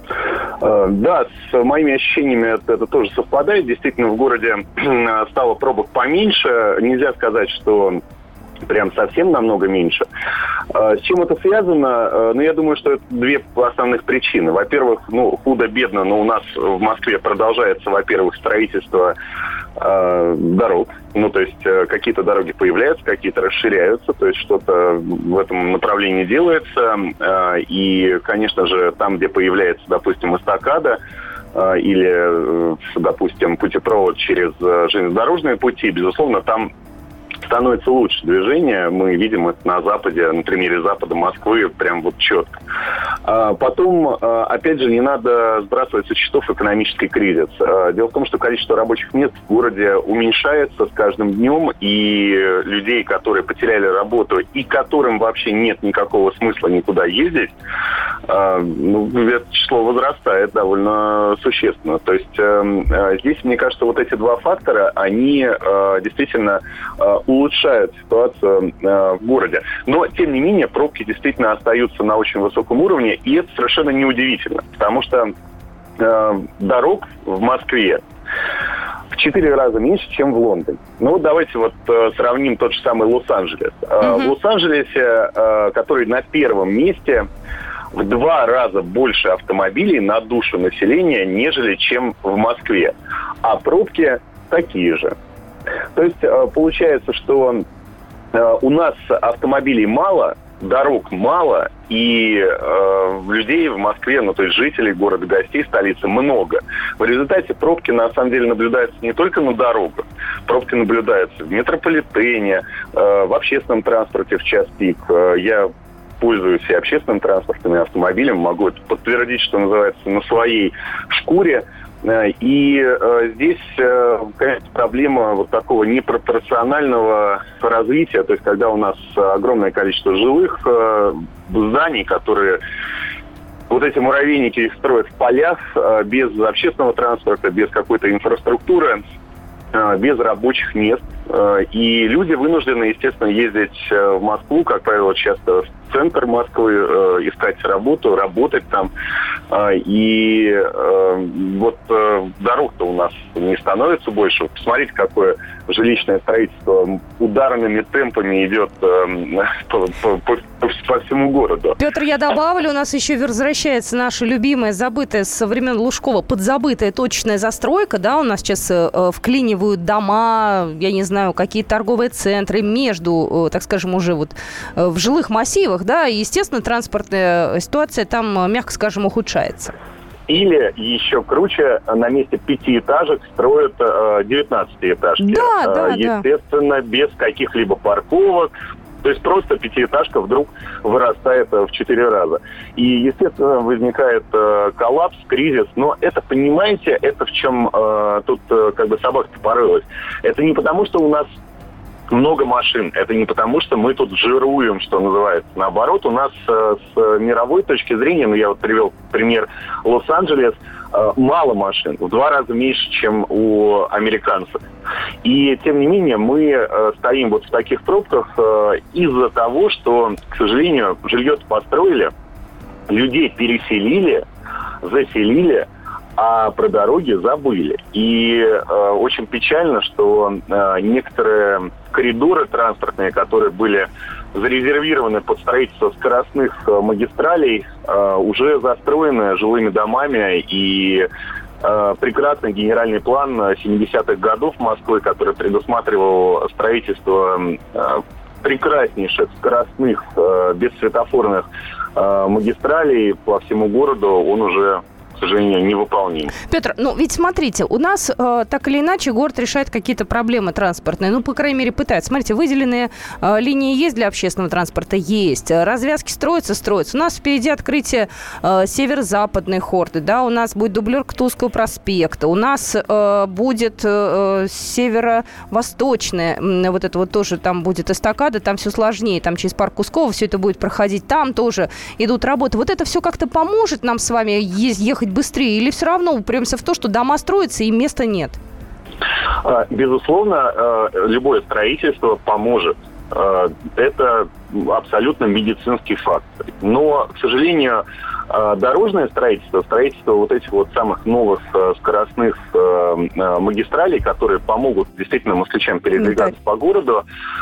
Да, с моими ощущениями это тоже совпадает. Действительно, в городе стало пробок поменьше. Нельзя сказать, что прям совсем намного меньше. С чем это связано? Ну, я думаю, что это две основных причины. Во-первых, худо-бедно, но у нас в Москве продолжается, во-первых, строительство дорог. Ну, то есть какие-то дороги появляются, какие-то расширяются, то есть что-то в этом направлении делается. И, конечно же, там, где появляется, допустим, эстакада, или, допустим, путепровод через железнодорожные пути, безусловно, там становится лучше движение. Мы видим это на Западе, на примере Запада Москвы, прям вот четко. Потом, опять же, не надо сбрасывать со счетов экономический кризис. Дело в том, что количество рабочих мест в городе уменьшается с каждым днем, и людей, которые потеряли работу и которым вообще нет никакого смысла никуда ездить, это число возрастает довольно существенно. То есть здесь, мне кажется, вот эти два фактора, они действительно улучшают ситуацию в городе. Но, тем не менее, пробки действительно остаются на очень высоком уровне, и это совершенно неудивительно, потому что дорог в Москве в 4 раза меньше, чем в Лондоне. Ну вот давайте сравним тот же самый Лос-Анджелес. В Лос-Анджелесе, который на первом месте, в 2 раза больше автомобилей на душу населения, нежели чем в Москве. А пробки такие же. То есть получается, что у нас автомобилей мало, дорог мало, и людей в Москве, то есть жителей города, гостей столицы много. В результате пробки, на самом деле, наблюдаются не только на дорогах. Пробки наблюдаются в метрополитене, в общественном транспорте в час пик. Я пользуюсь и общественным транспортом, и автомобилем, могу это подтвердить, что называется, на своей шкуре. И здесь, конечно, проблема такого непропорционального развития, то есть когда у нас огромное количество жилых зданий, которые вот эти муравейники их строят в полях, без общественного транспорта, без какой-то инфраструктуры, без рабочих мест. И люди вынуждены, естественно, ездить в Москву, как правило, часто в центр Москвы, искать работу, работать там. И дорог-то у нас не становится больше. Посмотрите, какое жилищное строительство ударными темпами идет по всему городу. Петр, я добавлю, у нас еще возвращается наша любимая, забытая со времен Лужкова, подзабытая точечная застройка. Да, у нас сейчас вклинивают дома, я не знаю, какие-то торговые центры между, так скажем, уже в жилых массивах, да, и, естественно, транспортная ситуация там, мягко скажем, ухудшается. Или еще круче, на месте 5-этажек строят 19-этажки. Да, естественно, без каких-либо парковок. То есть просто 5-этажка вдруг вырастает в 4 раза. И, естественно, возникает коллапс, кризис. Но это, понимаете, это в чем тут собака-то порылась. Это не потому, что у нас много машин. Это не потому, что мы тут жируем, что называется. Наоборот, у нас с мировой точки зрения, я вот привел пример Лос-Анджелес, мало машин, в 2 раза меньше, чем у американцев. И, тем не менее, мы стоим вот в таких пробках из-за того, что, к сожалению, жилье построили, людей переселили, заселили, а про дороги забыли. И очень печально, что некоторые коридоры транспортные, которые были зарезервированы под строительство скоростных магистралей, уже застроены жилыми домами. И прекрасный генеральный план 70-х годов Москвы, который предусматривал строительство прекраснейших скоростных бессветофорных магистралей по всему городу, он уже, к сожалению, невыполним. Петр, ведь смотрите, у нас так или иначе город решает какие-то проблемы транспортные. По крайней мере, пытается. Смотрите, выделенные линии есть для общественного транспорта? Есть. Развязки строятся. У нас впереди открытие северо-западной хорды, да, у нас будет дублер Тульского проспекта, у нас будет северо-восточная, вот это вот тоже, там будет эстакада, там все сложнее, там через парк Кускова все это будет проходить, там тоже идут работы. Вот это все как-то поможет нам с вами ехать быстрее, или все равно упремся в то, что дома строятся и места нет? Безусловно, любое строительство поможет. Это абсолютно медицинский факт. Но, к сожалению, дорожное строительство вот этих вот самых новых скоростных магистралей, которые помогут действительно москвичам передвигаться по городу,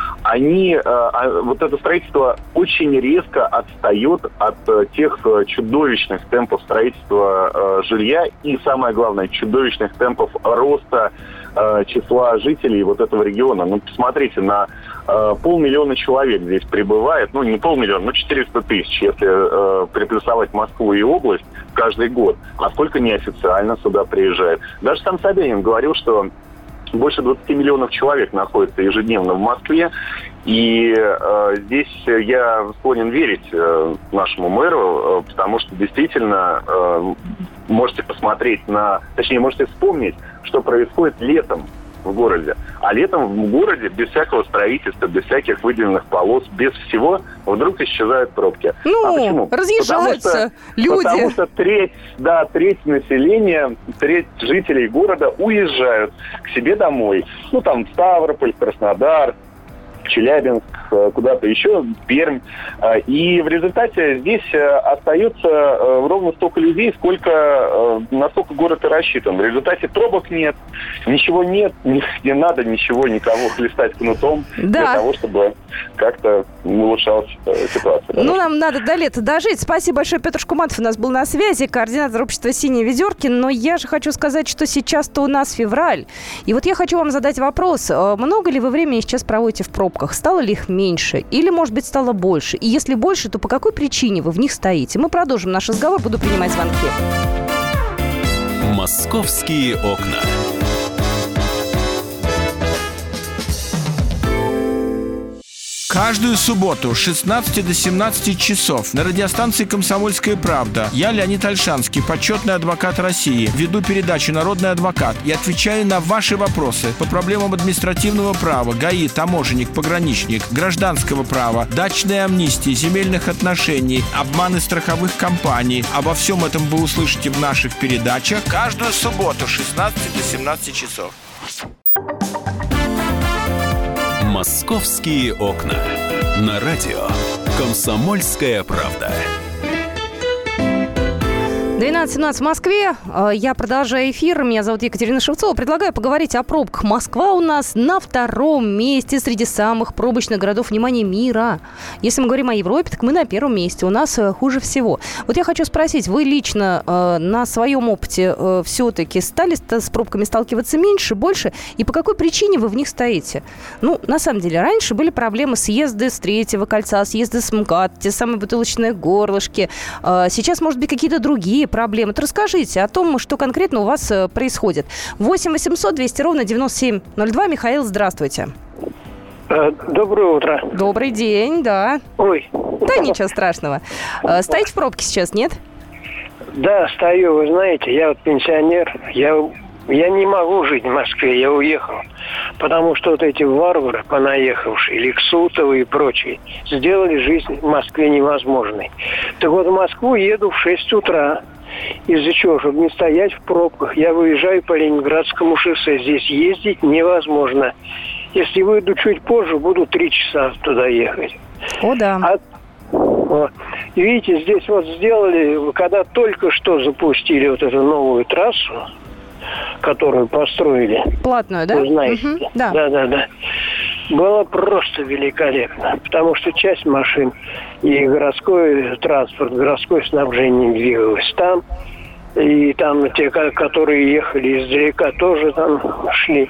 вот это строительство очень резко отстает от тех чудовищных темпов строительства жилья и, самое главное, чудовищных темпов роста числа жителей вот этого региона. Посмотрите, на 500 000 человек здесь прибывает, не 500 000, 400 тысяч, если приплюсовать Москву и область каждый год. А сколько неофициально сюда приезжает? Даже сам Собянин говорил, что больше 20 миллионов человек находится ежедневно в Москве. И здесь я склонен верить нашему мэру, потому что действительно можете посмотреть можете вспомнить, что происходит летом в городе. А летом в городе без всякого строительства, без всяких выделенных полос, без всего вдруг исчезают пробки. Почему? Разъезжаются люди. Потому что треть населения, треть жителей города уезжают к себе домой. В Ставрополь, Краснодар, Челябинск, куда-то еще, Пермь. И в результате здесь остается ровно столько людей, насколько город и рассчитан. В результате пробок нет, ничего нет, не надо ничего, никого хлестать кнутом для того, чтобы как-то улучшалась ситуация. Нам надо до лета дожить. Спасибо большое. Петр Шкуматов у нас был на связи, координатор общества «Синие ведерки». Но я же хочу сказать, что сейчас-то у нас февраль. И вот я хочу вам задать вопрос. Много ли вы времени сейчас проводите в пробках? Стало ли их меньше? Или, может быть, стало больше? И если больше, то по какой причине вы в них стоите? Мы продолжим наш разговор. Буду принимать звонки. «Московские окна». Каждую субботу с 16 до 17 часов на радиостанции «Комсомольская правда» я, Леонид Ольшанский, почетный адвокат России, веду передачу «Народный адвокат» и отвечаю на ваши вопросы по проблемам административного права, ГАИ, таможенник, пограничник, гражданского права, дачной амнистии, земельных отношений, обманы страховых компаний. Обо всем этом вы услышите в наших передачах каждую субботу с 16 до 17 часов. «Московские окна». На радио «Комсомольская правда». 12:17 в Москве. Я продолжаю эфир. Меня зовут Екатерина Шевцова. Предлагаю поговорить о пробках. Москва у нас на 2-м месте среди самых пробочных городов, внимания, мира. Если мы говорим о Европе, так мы на 1-м месте. У нас хуже всего. Вот я хочу спросить, вы лично на своем опыте все-таки стали с пробками сталкиваться меньше, больше? И по какой причине вы в них стоите? На самом деле, раньше были проблемы съезды с 3-го кольца, съезды с МКАД, те самые бутылочные горлышки. Сейчас, может быть, какие-то другие проблемы. То расскажите о том, что конкретно у вас происходит. 8 800 200 ровно 9702. Михаил, здравствуйте. Доброе утро. Добрый день, да. Ой. Да, ничего страшного. Стоите в пробке сейчас, нет? Да, стою. Вы знаете, я вот пенсионер. Я не могу жить в Москве. Я уехал. Потому что вот эти варвары, понаехавшие, Лексутовы и прочие, сделали жизнь в Москве невозможной. Так вот, в Москву еду в 6 утра. Из-за чего? Чтобы не стоять в пробках. Я выезжаю по Ленинградскому шоссе. Здесь ездить невозможно. Если выйду чуть позже, буду 3 часа туда ехать. О, да. И видите, здесь вот сделали, когда только что запустили вот эту новую трассу, которую построили. Платную, да? Вы знаете. Угу, да. Да. Было просто великолепно, потому что часть машин и городской транспорт, городское снабжение двигалось там, и там те, которые ехали издалека, тоже там шли.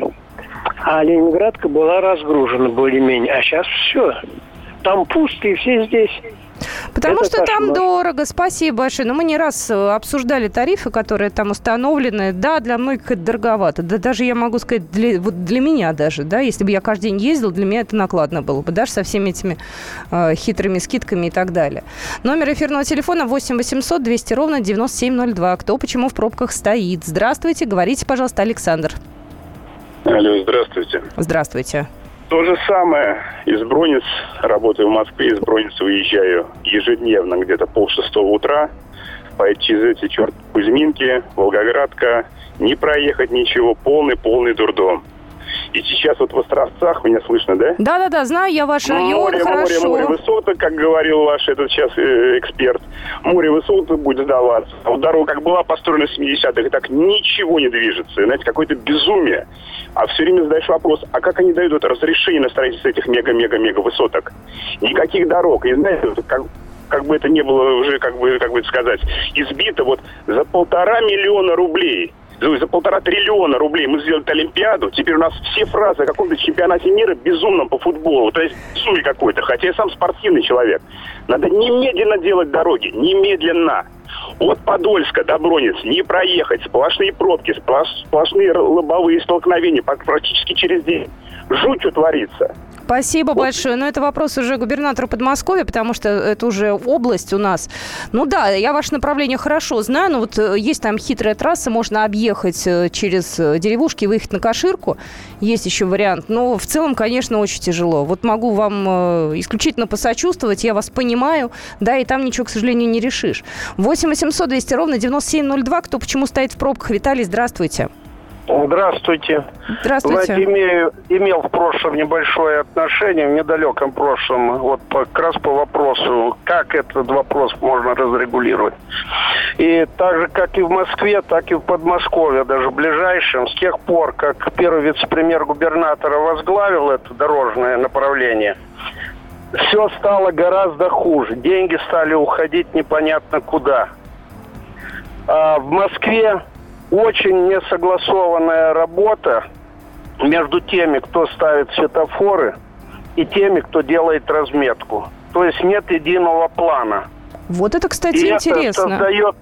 А Ленинградка была разгружена более-менее, а сейчас все. Там пусто, и все здесь. Потому это что кошмар. там дорого. Спасибо большое. Но мы не раз обсуждали тарифы, которые там установлены. Да, для многих это дороговато. Да даже я могу сказать, для меня даже, да, если бы я каждый день ездил, для меня это накладно было бы, даже со всеми этими хитрыми скидками и так далее. Номер эфирного телефона 8 800 200 ровно 9702. Кто почему в пробках стоит? Здравствуйте. Говорите, пожалуйста, Александр. Алло, здравствуйте. Здравствуйте. То же самое. Из Бронниц, работаю в Москве, из Бронниц уезжаю ежедневно где-то 5:30 утра. Пойти через эти чертовы Кузьминки, Волгоградка, не проехать ничего, полный дурдом. И сейчас вот в Островцах, меня слышно, да? Да, знаю я ваш район, хорошо. Море высоток, как говорил ваш этот сейчас эксперт. Море высоток будет сдаваться. А вот дорога как была построена в 70-х, и так ничего не движется. Знаете, какое-то безумие. А все время задаешь вопрос, а как они дают это разрешение на строительство этих мега высоток? Никаких дорог. И знаете, как бы это не было уже, как бы это сказать, избито вот за 1,5 миллиона рублей. За 1,5 триллиона рублей мы сделали Олимпиаду. Теперь у нас все фразы о каком-то чемпионате мира безумном по футболу. То есть суй какой-то. Хотя я сам спортивный человек. Надо немедленно делать дороги. Немедленно. От Подольска до Бронниц не проехать. Сплошные пробки, сплошные лобовые столкновения практически через день. Жуть, что творится. Спасибо большое. Но это вопрос уже губернатору Подмосковья, потому что это уже область у нас. Ну да, я ваше направление хорошо знаю, но вот есть там хитрая трасса, можно объехать через деревушки и выехать на Каширку. Есть еще вариант. Но в целом, конечно, очень тяжело. Вот могу вам исключительно посочувствовать, я вас понимаю. Да, и там ничего, к сожалению, не решишь. 8 800 200 ровно 9702. Кто почему стоит в пробках? Виталий, здравствуйте. Здравствуйте. Здравствуйте. Знаете, имел в прошлом небольшое отношение, в недалеком прошлом, вот как раз по вопросу, как этот вопрос можно разрегулировать. И так же, как и в Москве, так и в Подмосковье, даже в ближайшем, с тех пор, как первый вице-премьер губернатора возглавил это дорожное направление, все стало гораздо хуже. Деньги стали уходить непонятно куда. А в Москве очень несогласованная работа между теми, кто ставит светофоры, и теми, кто делает разметку. То есть нет единого плана. Вот это, кстати, и интересно. Это создает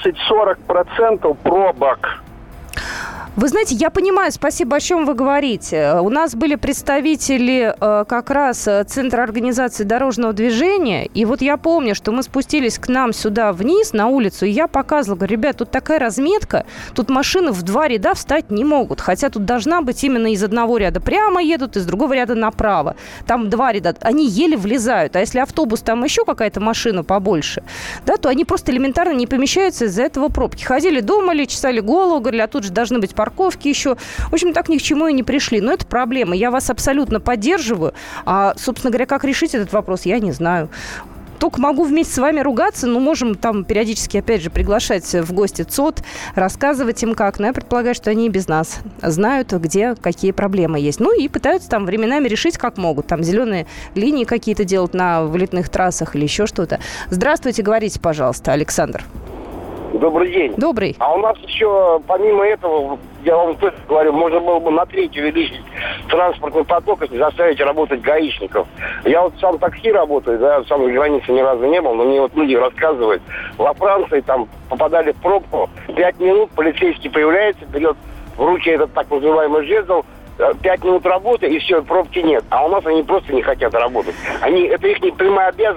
30-40% пробок. Вы знаете, я понимаю, спасибо, о чем вы говорите. У нас были представители как раз Центра организации дорожного движения, и вот я помню, что мы спустились к нам сюда вниз, на улицу, и я показывала, говорю, ребят, тут такая разметка, тут машины в 2 ряда встать не могут, хотя тут должна быть именно из одного ряда прямо едут, из другого ряда направо. Там 2 ряда, они еле влезают, а если автобус, там еще какая-то машина побольше, да, то они просто элементарно не помещаются из-за этого пробки. Ходили, думали, чесали голову, говорили, а тут же должны быть парковки еще. В общем, так ни к чему и не пришли. Но это проблема. Я вас абсолютно поддерживаю. А, собственно говоря, как решить этот вопрос, я не знаю. Только могу вместе с вами ругаться, но можем там периодически, опять же, приглашать в гости ЦОД, рассказывать им как. Но я предполагаю, что они и без нас знают, где какие проблемы есть. Ну и пытаются там временами решить, как могут. Там зеленые линии какие-то делать на вылетных трассах или еще что-то. Здравствуйте, говорите, пожалуйста, Александр. Добрый день. Добрый. А у нас еще, помимо этого, я вам точно говорю, можно было бы на треть увеличить транспортный поток, если заставить работать гаишников. Я вот сам такси работаю, да, сам за границей ни разу не был, но мне вот люди рассказывают. Во Франции там попадали в пробку, 5 минут полицейский появляется, берет в руки этот так называемый жезл, 5 минут работы, и все, пробки нет. А у нас они просто не хотят работать. Это их не прямая обязанность.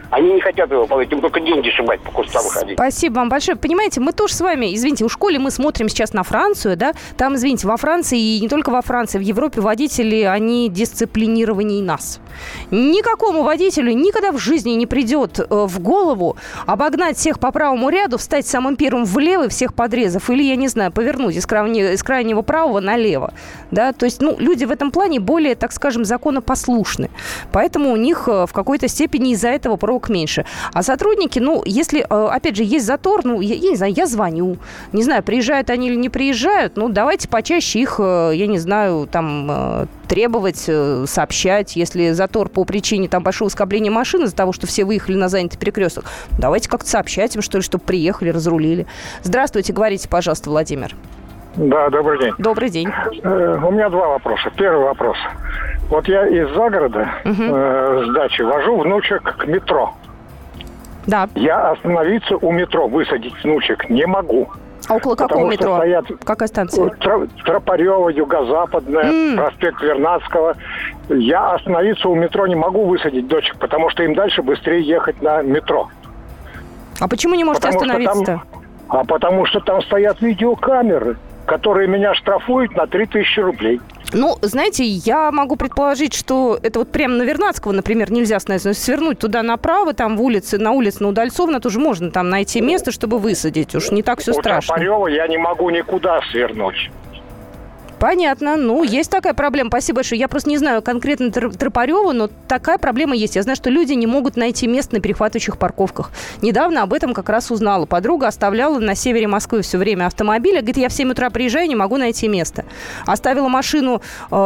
Они не хотят его выполнять, им только деньги шибать, по кустам ходить. Спасибо вам большое. Понимаете, мы тоже с вами, извините, в школе мы смотрим сейчас на Францию, да, там, извините, во Франции, и не только во Франции, в Европе водители, они дисциплинированнее нас. Никакому водителю никогда в жизни не придет в голову обогнать всех по правому ряду, встать самым первым влево, всех подрезав, или, я не знаю, повернуть из крайнего правого налево, да, то есть, ну, люди в этом плане более, так скажем, законопослушны, поэтому у них в какой-то степени из-за этого пробок меньше. А сотрудники, ну, если, опять же, есть затор, ну, я не знаю, я звоню, не знаю, приезжают они или не приезжают, ну, давайте почаще их, я не знаю, там, требовать, сообщать, если затор по причине там большого скопления машин из-за того, что все выехали на занятый перекресток, давайте как-то сообщать им, что ли, чтобы приехали, разрулили. Здравствуйте, говорите, пожалуйста, Владимир. Да, добрый день. Добрый день. У меня два вопроса. Первый вопрос. Вот я из загорода с дачи вожу внучек к метро. Да. Я остановиться у метро, высадить внучек не могу. А около какого метро? Стоят какая станция? Тропарева, Юго-Западная, проспект Вернадского. Я остановиться у метро не могу, высадить дочек, потому что им дальше быстрее ехать на метро. А почему не можете остановиться-то? Потому что там стоят видеокамеры, которые меня штрафуют на 3000 рублей. Ну, знаете, я могу предположить, что это вот прямо на Вернадского, например, нельзя остановиться. Свернуть туда направо, там на улице на Удальцовна тоже можно там найти место, чтобы высадить. Уж не так все страшно. У Тропарева я не могу никуда свернуть. Понятно. Ну, есть такая проблема. Спасибо большое. Я просто не знаю конкретно Тропарева, но такая проблема есть. Я знаю, что люди не могут найти место на перехватывающих парковках. Недавно об этом как раз узнала. Подруга оставляла на севере Москвы все время автомобиль. Говорит, я в 7 утра приезжаю, не могу найти место. Оставила машину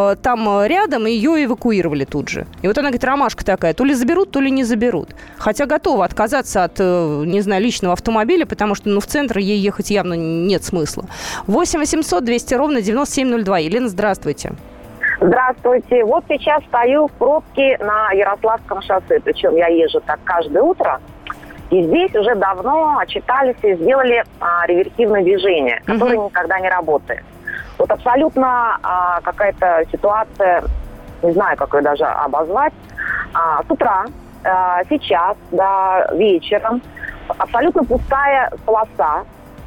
там рядом, и ее эвакуировали тут же. И вот она говорит, ромашка такая. То ли заберут, то ли не заберут. Хотя готова отказаться от, не знаю, личного автомобиля, потому что, ну, в центр ей ехать явно нет смысла. 8 800 200 ровно 9702. Елена, здравствуйте. Здравствуйте. Вот сейчас стою в пробке на Ярославском шоссе. Причем я езжу так каждое утро. И здесь уже давно отчитались и сделали реверсивное движение, которое никогда не работает. Вот абсолютно какая-то ситуация, не знаю, как ее даже обозвать. С утра, сейчас, да, вечером, абсолютно пустая полоса.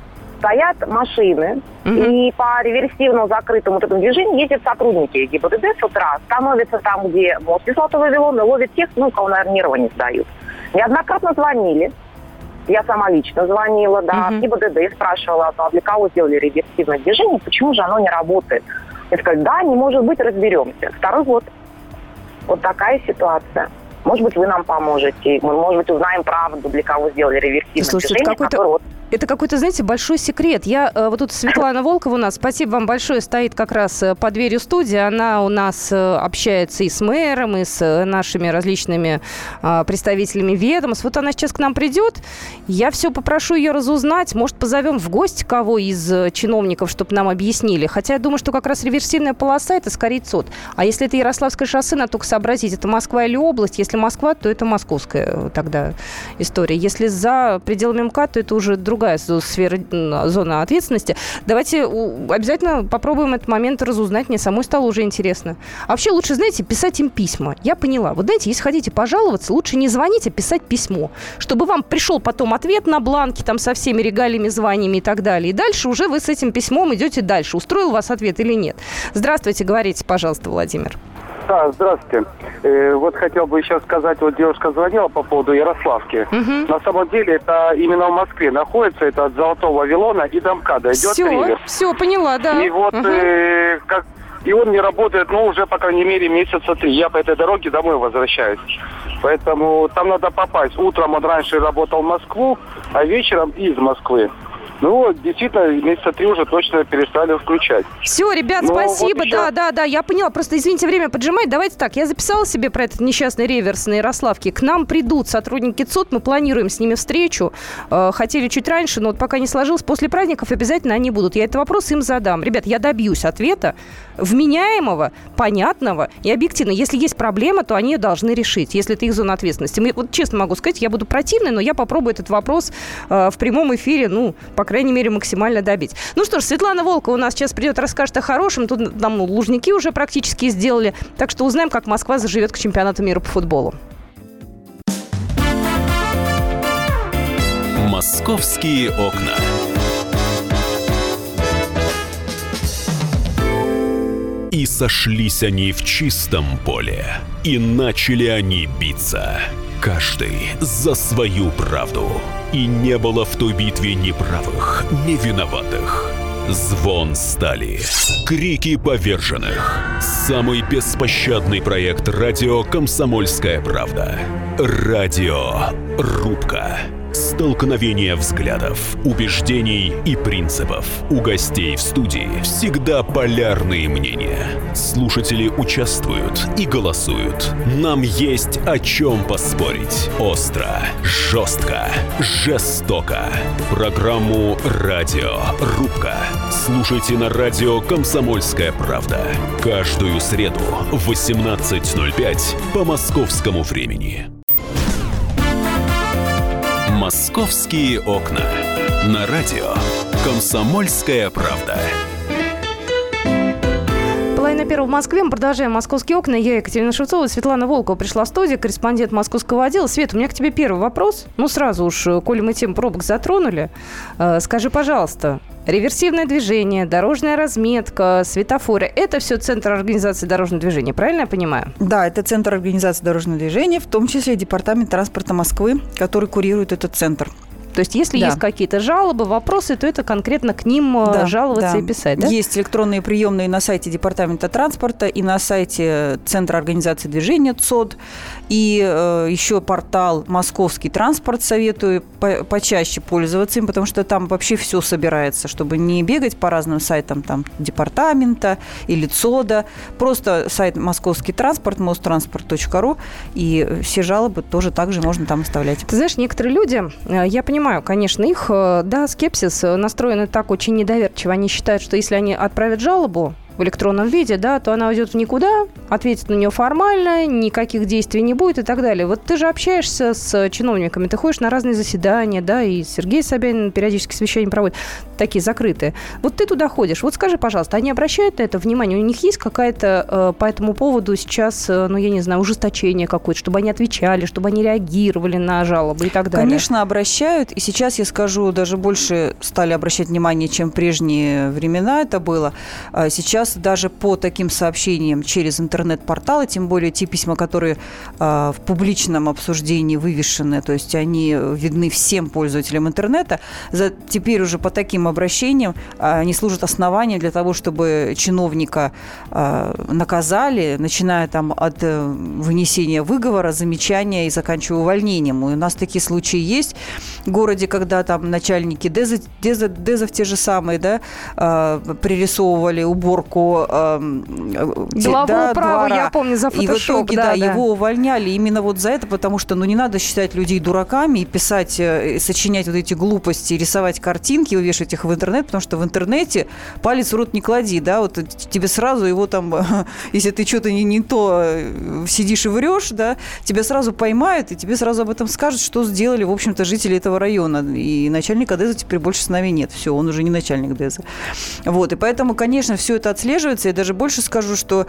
Стоят машины, и по реверсивному закрытому вот этому движению ездят сотрудники ГИБДД с утра, становятся там, где мост Кислотовый Вавилон, и ловят тех, ну, кого, наверное, нервы не сдают. Неоднократно звонили, я сама лично звонила, да, в ГИБДД и спрашивала, а для кого сделали реверсивное движение, почему же оно не работает. И сказали, да, не может быть, разберемся. Второй год. Вот такая ситуация. Может быть, вы нам поможете. Мы, может быть, узнаем правду, для кого сделали реверсивное движение. Это какой-то, знаете, большой секрет. Вот тут Светлана Волкова у нас, спасибо вам большое, стоит как раз под дверью студии. Она у нас общается и с мэром, и с нашими различными представителями ведомств. Вот она сейчас к нам придет. Я все попрошу ее разузнать. Может, позовем в гости кого из чиновников, чтобы нам объяснили. Хотя я думаю, что как раз реверсивная полоса – это скорее ЦОД. А если это Ярославское шоссе, надо только сообразить, это Москва или область. Если Москва, то это московская тогда история. Если за пределами МКАД, то это уже другая сфера, зона ответственности. Давайте обязательно попробуем этот момент разузнать. Мне самой стало уже интересно. А вообще лучше, знаете, писать им письма. Я поняла. Вот знаете, если хотите пожаловаться, лучше не звонить, а писать письмо. Чтобы вам пришел потом ответ на бланке там со всеми регалиями, званиями и так далее. И дальше уже вы с этим письмом идете дальше. Устроил вас ответ или нет. Здравствуйте, говорите, пожалуйста, Владимир. Да, здравствуйте. Вот хотел бы еще сказать, вот девушка звонила по поводу Ярославки. На самом деле это именно в Москве находится, это от Золотого Вавилона и до МКАДа идет реверс. Все, поняла, да. И вот и он не работает, ну, уже, по крайней мере, месяца 3. Я по этой дороге домой возвращаюсь. Поэтому там надо попасть. Утром он раньше работал в Москву, а вечером из Москвы. Ну, действительно, месяца 3 уже точно перестали включать. Все, ребят, спасибо. Вот еще... Да, я поняла. Просто, извините, время поджимает. Давайте так, я записала себе про этот несчастный реверс на Ярославке. К нам придут сотрудники ЦОД, мы планируем с ними встречу. Хотели чуть раньше, но вот пока не сложилось. После праздников обязательно они будут. Я этот вопрос им задам. Ребят, я добьюсь ответа вменяемого, понятного и объективного. Если есть проблема, то они ее должны решить, если это их зона ответственности. Вот честно могу сказать, я буду противной, но я попробую этот вопрос в прямом эфире, ну, по крайней мере, максимально добить. Ну что ж, Светлана Волкова у нас сейчас придет, расскажет о хорошем. Тут там Лужники уже практически сделали. Так что узнаем, как Москва заживет к чемпионату мира по футболу. «Московские окна». И сошлись они в чистом поле, и начали они биться, каждый за свою правду. И не было в той битве ни правых, ни виноватых. Звон стали, крики поверженных. Самый беспощадный проект радио «Комсомольская правда». Радиорубка. Столкновение взглядов, убеждений и принципов. У гостей в студии всегда полярные мнения. Слушатели участвуют и голосуют. Нам есть о чем поспорить. Остро, жестко, жестоко. Программу «Радиорубка» слушайте на радио «Комсомольская правда». Каждую среду в 18:05 по московскому времени. «Московские окна». На радио «Комсомольская правда». Половина первого в Москве. Мы продолжаем «Московские окна». Я Екатерина Шевцова, Светлана Волкова пришла в студию, корреспондент московского отдела. Свет, у меня к тебе первый вопрос. Ну, сразу уж, коли мы тему пробок затронули, скажи, пожалуйста, реверсивное движение, дорожная разметка, светофоры – это все Центр организации дорожного движения, правильно я понимаю? Да, это Центр организации дорожного движения, в том числе Департамент транспорта Москвы, который курирует этот центр. То есть, если есть какие-то жалобы, вопросы, то это конкретно к ним жаловаться и писать, да? Есть электронные приемные на сайте Департамента транспорта и на сайте Центра организации движения ЦОД. И еще портал «Московский транспорт» советую почаще пользоваться им, потому что там вообще все собирается, чтобы не бегать по разным сайтам там, департамента или ЦОДа. Просто сайт «Московский транспорт», mostransport.ru, и все жалобы тоже также можно там оставлять. Ты знаешь, некоторые люди, я понимаю, конечно, их, да, скепсис настроены так очень недоверчиво. Они считают, что если они отправят жалобу в электронном виде, да, то она уйдет в никуда, ответит на нее формально, никаких действий не будет и так далее. Вот ты же общаешься с чиновниками, ты ходишь на разные заседания, да, и Сергей Собянин периодически совещания проводит, такие закрытые. Вот ты туда ходишь, вот скажи, пожалуйста, они обращают на это внимание? У них есть какая-то по этому поводу сейчас, ну, я не знаю, ужесточение какое-то, чтобы они отвечали, чтобы они реагировали на жалобы и так далее? Конечно, обращают, и сейчас, я скажу, даже больше стали обращать внимание, чем в прежние времена это было. Сейчас даже по таким сообщениям через интернет-порталы, тем более те письма, которые в публичном обсуждении вывешены, то есть они видны всем пользователям интернета, теперь уже по таким обращениям они служат основанием для того, чтобы чиновника наказали, начиная там от вынесения выговора, замечания и заканчивая увольнением. И у нас такие случаи есть в городе, когда там начальники ДЭЗов те же самые, да, пририсовывали уборку деловую праву, я помню, за фотошоп. И в итоге, его увольняли именно вот за это, потому что, ну, не надо считать людей дураками и писать, сочинять вот эти глупости, рисовать картинки, вывешивать их в интернет, потому что в интернете палец в рот не клади, да, вот тебе сразу его там, если ты что-то не то сидишь и врешь, да, тебя сразу поймают, и тебе сразу об этом скажут, что сделали, в общем-то, жители этого района. И начальника ДЭЗа теперь больше с нами нет. Все, он уже не начальник ДЭЗа. Вот, и поэтому, конечно, все это отслеживается. Я даже больше скажу, что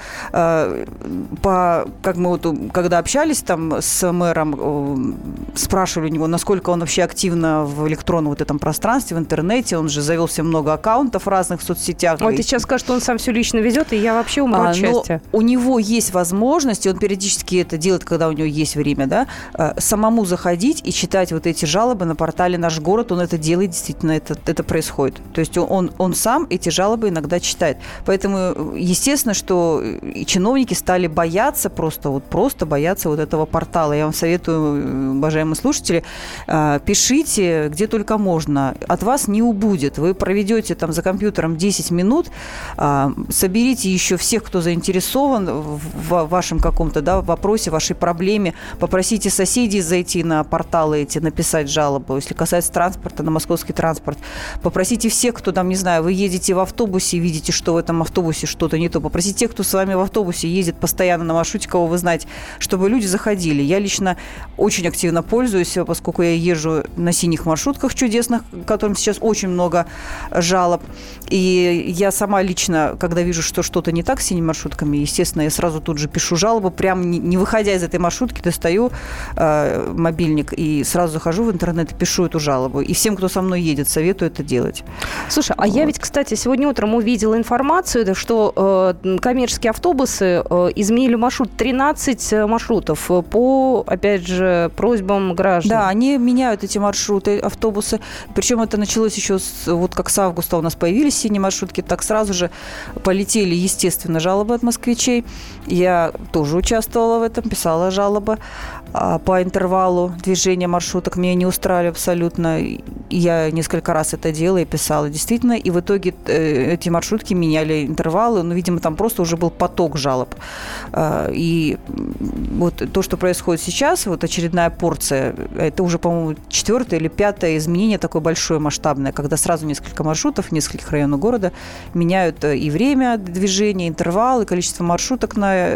как мы вот, когда общались там с мэром, спрашивали у него, насколько он вообще активно в электронном вот этом пространстве, в интернете. Он же завел себе много аккаунтов в разных соцсетях. Вот ты сейчас скажешь, что он сам все лично ведет, и я вообще умру от счастья. У него есть возможность, и он периодически это делает, когда у него есть время, да, самому заходить и читать вот эти жалобы на портале «Наш город». Он это делает, действительно, это происходит. То есть он сам эти жалобы иногда читает. Поэтому, естественно, что и чиновники стали бояться, просто бояться вот этого портала. Я вам советую, уважаемые слушатели, пишите где только можно. От вас не убудет. Вы проведете там за компьютером 10 минут, соберите еще всех, кто заинтересован в вашем каком-то, да, вопросе, вашей проблеме. Попросите соседей зайти на порталы эти, написать жалобу. Если касается транспорта, на московский транспорт. Попросите всех, кто там, не знаю, вы едете в автобусе и видите, что в этом автобусе что-то не то. Попросить тех, кто с вами в автобусе ездит постоянно на маршруте, кого вы знаете, чтобы люди заходили. Я лично очень активно пользуюсь, поскольку я езжу на синих маршрутках чудесных, которым сейчас очень много жалоб. И я сама лично, когда вижу, что что-то не так с синими маршрутками, естественно, я сразу тут же пишу жалобу, прям не выходя из этой маршрутки, достаю мобильник и сразу захожу в интернет и пишу эту жалобу. И всем, кто со мной едет, советую это делать. Слушай, а я ведь, кстати, сегодня утром увидела информацию, что коммерческие автобусы изменили маршрут, 13 маршрутов по, опять же, просьбам граждан. Да, они меняют эти маршруты, автобусы. Причем это началось еще вот как с августа у нас появились синие маршрутки, так сразу же полетели, естественно, жалобы от москвичей. Я тоже участвовала в этом, писала жалобы по интервалу движения маршруток. Меня не устраивали абсолютно. Я несколько раз это делала и писала, действительно. И в итоге эти маршрутки меняли интервалы. Ну, видимо, там просто уже был поток жалоб. И вот то, что происходит сейчас, вот очередная порция, это уже, по-моему, 4-е или 5-е изменение такое большое, масштабное, когда сразу несколько маршрутов в нескольких районах города меняют и время движения, интервал, и количество маршруток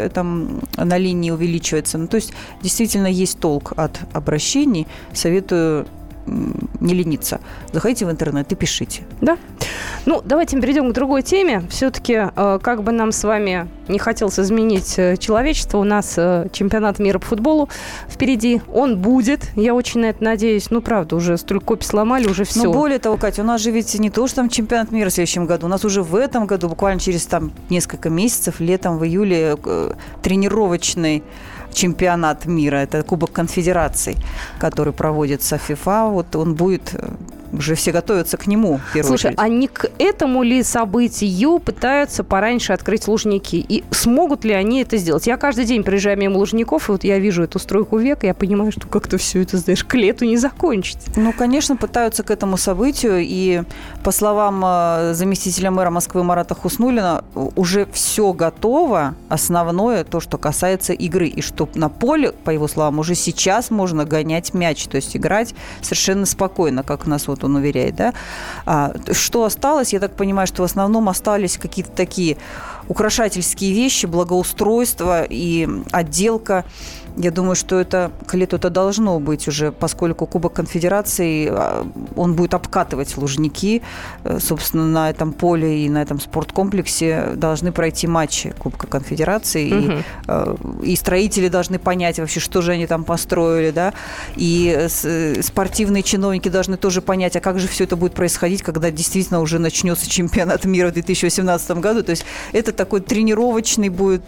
на линии увеличивается. Ну, то есть, действительно, есть толк от обращений. Советую не лениться. Заходите в интернет и пишите. Да. Ну, давайте перейдем к другой теме. Все-таки, как бы нам с вами не хотелось изменить человечество, у нас чемпионат мира по футболу впереди. Он будет. Я очень на это надеюсь. Ну, правда, уже столько копий сломали, уже все. Но более того, Катя, у нас же ведь не то, что там чемпионат мира в следующем году. У нас уже в этом году, буквально через несколько месяцев, летом, в июле, тренировочный чемпионат мира. Это Кубок Конфедераций, который проводится в ФИФА. Вот он будет... Уже все готовятся к нему, в первую очередь. А не к этому ли событию пытаются пораньше открыть Лужники? И смогут ли они это сделать? Я каждый день приезжаю мимо Лужников, и вот я вижу эту стройку века, я понимаю, что как-то все это, знаешь, к лету не закончится. Ну, конечно, пытаются к этому событию. И, по словам заместителя мэра Москвы Марата Хуснуллина, уже все готово. Основное, то, что касается игры. И что на поле, по его словам, уже сейчас можно гонять мяч. То есть играть совершенно спокойно, как у нас вот он уверяет, да. Что осталось? Я так понимаю, что в основном остались какие-то такие украшательские вещи, благоустройство и отделка. Я думаю, что это к лету это должно быть уже, поскольку Кубок Конфедерации, он будет обкатывать Лужники. Собственно, на этом поле и на этом спорткомплексе должны пройти матчи Кубка Конфедерации. И строители должны понять вообще, что же они там построили, да. И спортивные чиновники должны тоже понять, а как же все это будет происходить, когда действительно уже начнется чемпионат мира в 2018 году. То есть это такой тренировочный будет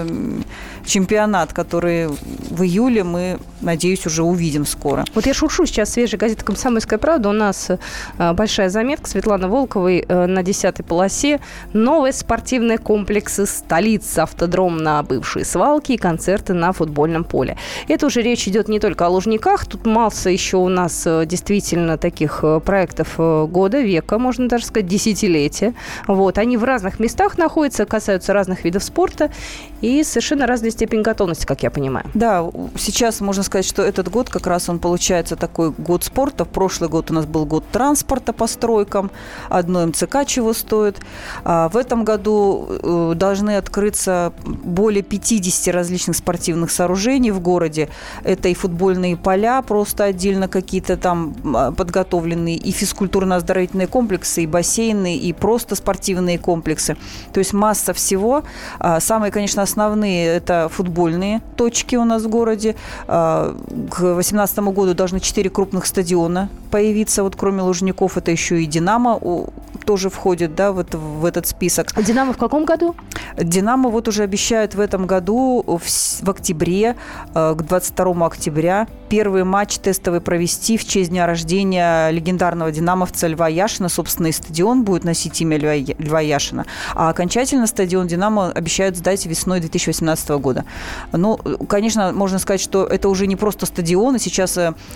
чемпионат, который в июле мы, надеюсь, уже увидим скоро. Вот я шуршу сейчас свежая газета «Комсомольская правда». У нас большая заметка Светланы Волковой на 10-й полосе. Новые спортивные комплексы столицы, автодром на бывшей свалке и концерты на футбольном поле. Это уже речь идет не только о Лужниках. Тут масса еще у нас действительно таких проектов года, века, можно даже сказать, десятилетия. Вот. Они в разных местах находятся, касаются разных видов спорта и совершенно разной степени готовности, как я понимаю. Да, сейчас можно сказать, что этот год как раз он получается такой год спорта. В прошлый год у нас был год транспорта по стройкам, одно МЦК чего стоит. В этом году должны открыться более 50 различных спортивных сооружений в городе. Это и футбольные поля, просто отдельно какие-то там подготовленные, и физкультурно-оздоровительные комплексы, и бассейны, и просто спортивные комплексы. То есть масса всего. Самые, конечно, основные – это футбольные точки у нас в городе. К 2018 году должны 4 крупных стадиона появиться. Вот кроме Лужников, это еще и «Динамо» тоже входит, да, вот в этот список. А «Динамо» в каком году? «Динамо» вот уже обещают в этом году, в октябре, к 22 октября, первый матч тестовый провести в честь дня рождения легендарного динамовца Льва Яшина. Собственный стадион будет носить имя Льва Яшина. А окончательно стадион «Динамо» обещают сдать весной 2018 года. Ну, конечно, можно сказать, что это уже не просто стадион, и сейчас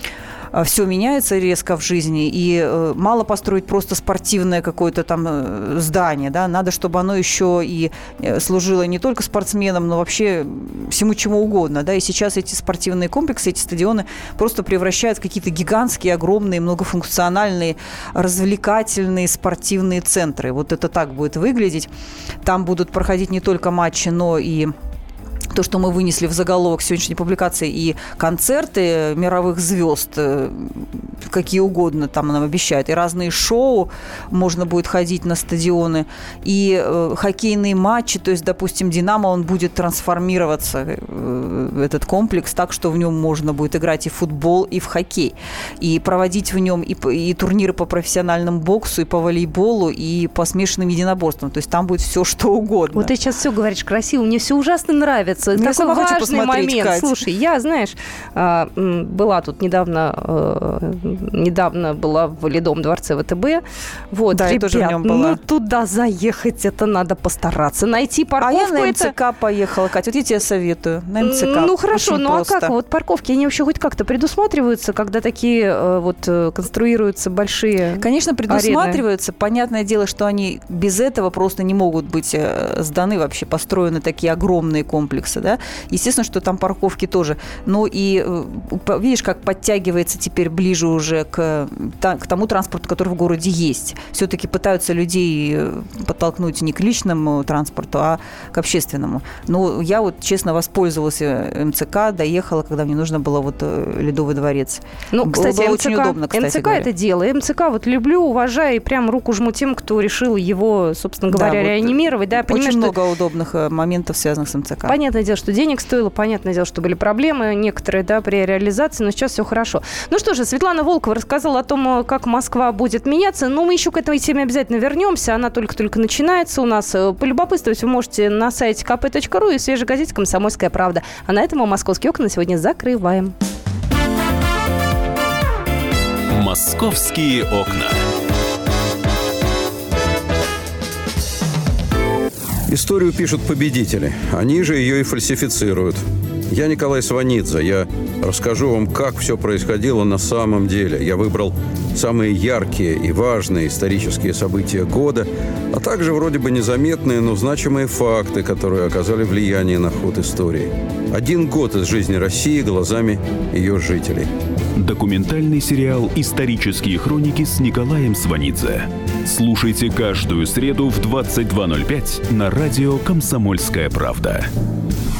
все меняется резко в жизни, и мало построить просто спортивное какое-то там здание, да, надо, чтобы оно еще и служило не только спортсменам, но вообще всему чему угодно, да, и сейчас эти спортивные комплексы, эти стадионы просто превращают в какие-то гигантские, огромные, многофункциональные, развлекательные спортивные центры. Вот это так будет выглядеть. Там будут проходить не только матчи, но и то, что мы вынесли в заголовок сегодняшней публикации, и концерты мировых звезд, какие угодно там нам обещают, и разные шоу, можно будет ходить на стадионы, и хоккейные матчи, то есть, допустим, «Динамо», он будет трансформироваться, этот комплекс, так, что в нем можно будет играть и в футбол, и в хоккей, и проводить в нем и турниры по профессиональному боксу, и по волейболу, и по смешанным единоборствам, то есть там будет все, что угодно. Вот ты сейчас все говоришь красиво, мне все ужасно нравится. Я такой важный момент. Кать. Слушай, я, знаешь, была тут недавно была в Ледовом дворце ВТБ. Вот, да, ребят, я тоже в нем была. Ну, туда заехать, это надо постараться. Найти парковку. А я на МЦК поехала, Катя. Вот я тебе советую. На МЦК. Ну, хорошо, очень ну просто. А как? Вот парковки, они вообще хоть как-то предусматриваются, когда такие вот конструируются большие Конечно, предусматриваются. арены? Понятное дело, что они без этого просто не могут быть сданы вообще, построены такие огромные комплексы. Да? Естественно, что там парковки тоже. Но и видишь, как подтягивается теперь ближе уже к тому транспорту, который в городе есть. Все-таки пытаются людей подтолкнуть не к личному транспорту, а к общественному. Но я вот, честно, воспользовалась МЦК, доехала, когда мне нужно было вот Ледовый дворец. Ну, кстати, было МЦК, очень удобно, кстати МЦК говоря. это дело. МЦК вот люблю, уважаю, и прям руку жму тем, кто решил его, собственно говоря, да, реанимировать. Да, очень много удобных моментов, связанных с МЦК. Понятное дело, что денег стоило, понятное дело, что были проблемы некоторые, да, при реализации, но сейчас все хорошо. Ну что же, Светлана Волкова рассказала о том, как Москва будет меняться, но мы еще к этой теме обязательно вернемся, она только-только начинается у нас. Полюбопытствовать вы можете на сайте kp.ru и в свежей газете «Комсомольская правда». А на этом мы «Московские окна» сегодня закрываем. «Московские окна». Историю пишут победители. Они же ее и фальсифицируют. Я Николай Сванидзе. Я расскажу вам, как все происходило на самом деле. Я выбрал самые яркие и важные исторические события года, а также вроде бы незаметные, но значимые факты, которые оказали влияние на ход истории. 1 год из жизни России глазами ее жителей. Документальный сериал «Исторические хроники» с Николаем Сванидзе. Слушайте каждую среду в 22:05 на радио «Комсомольская правда».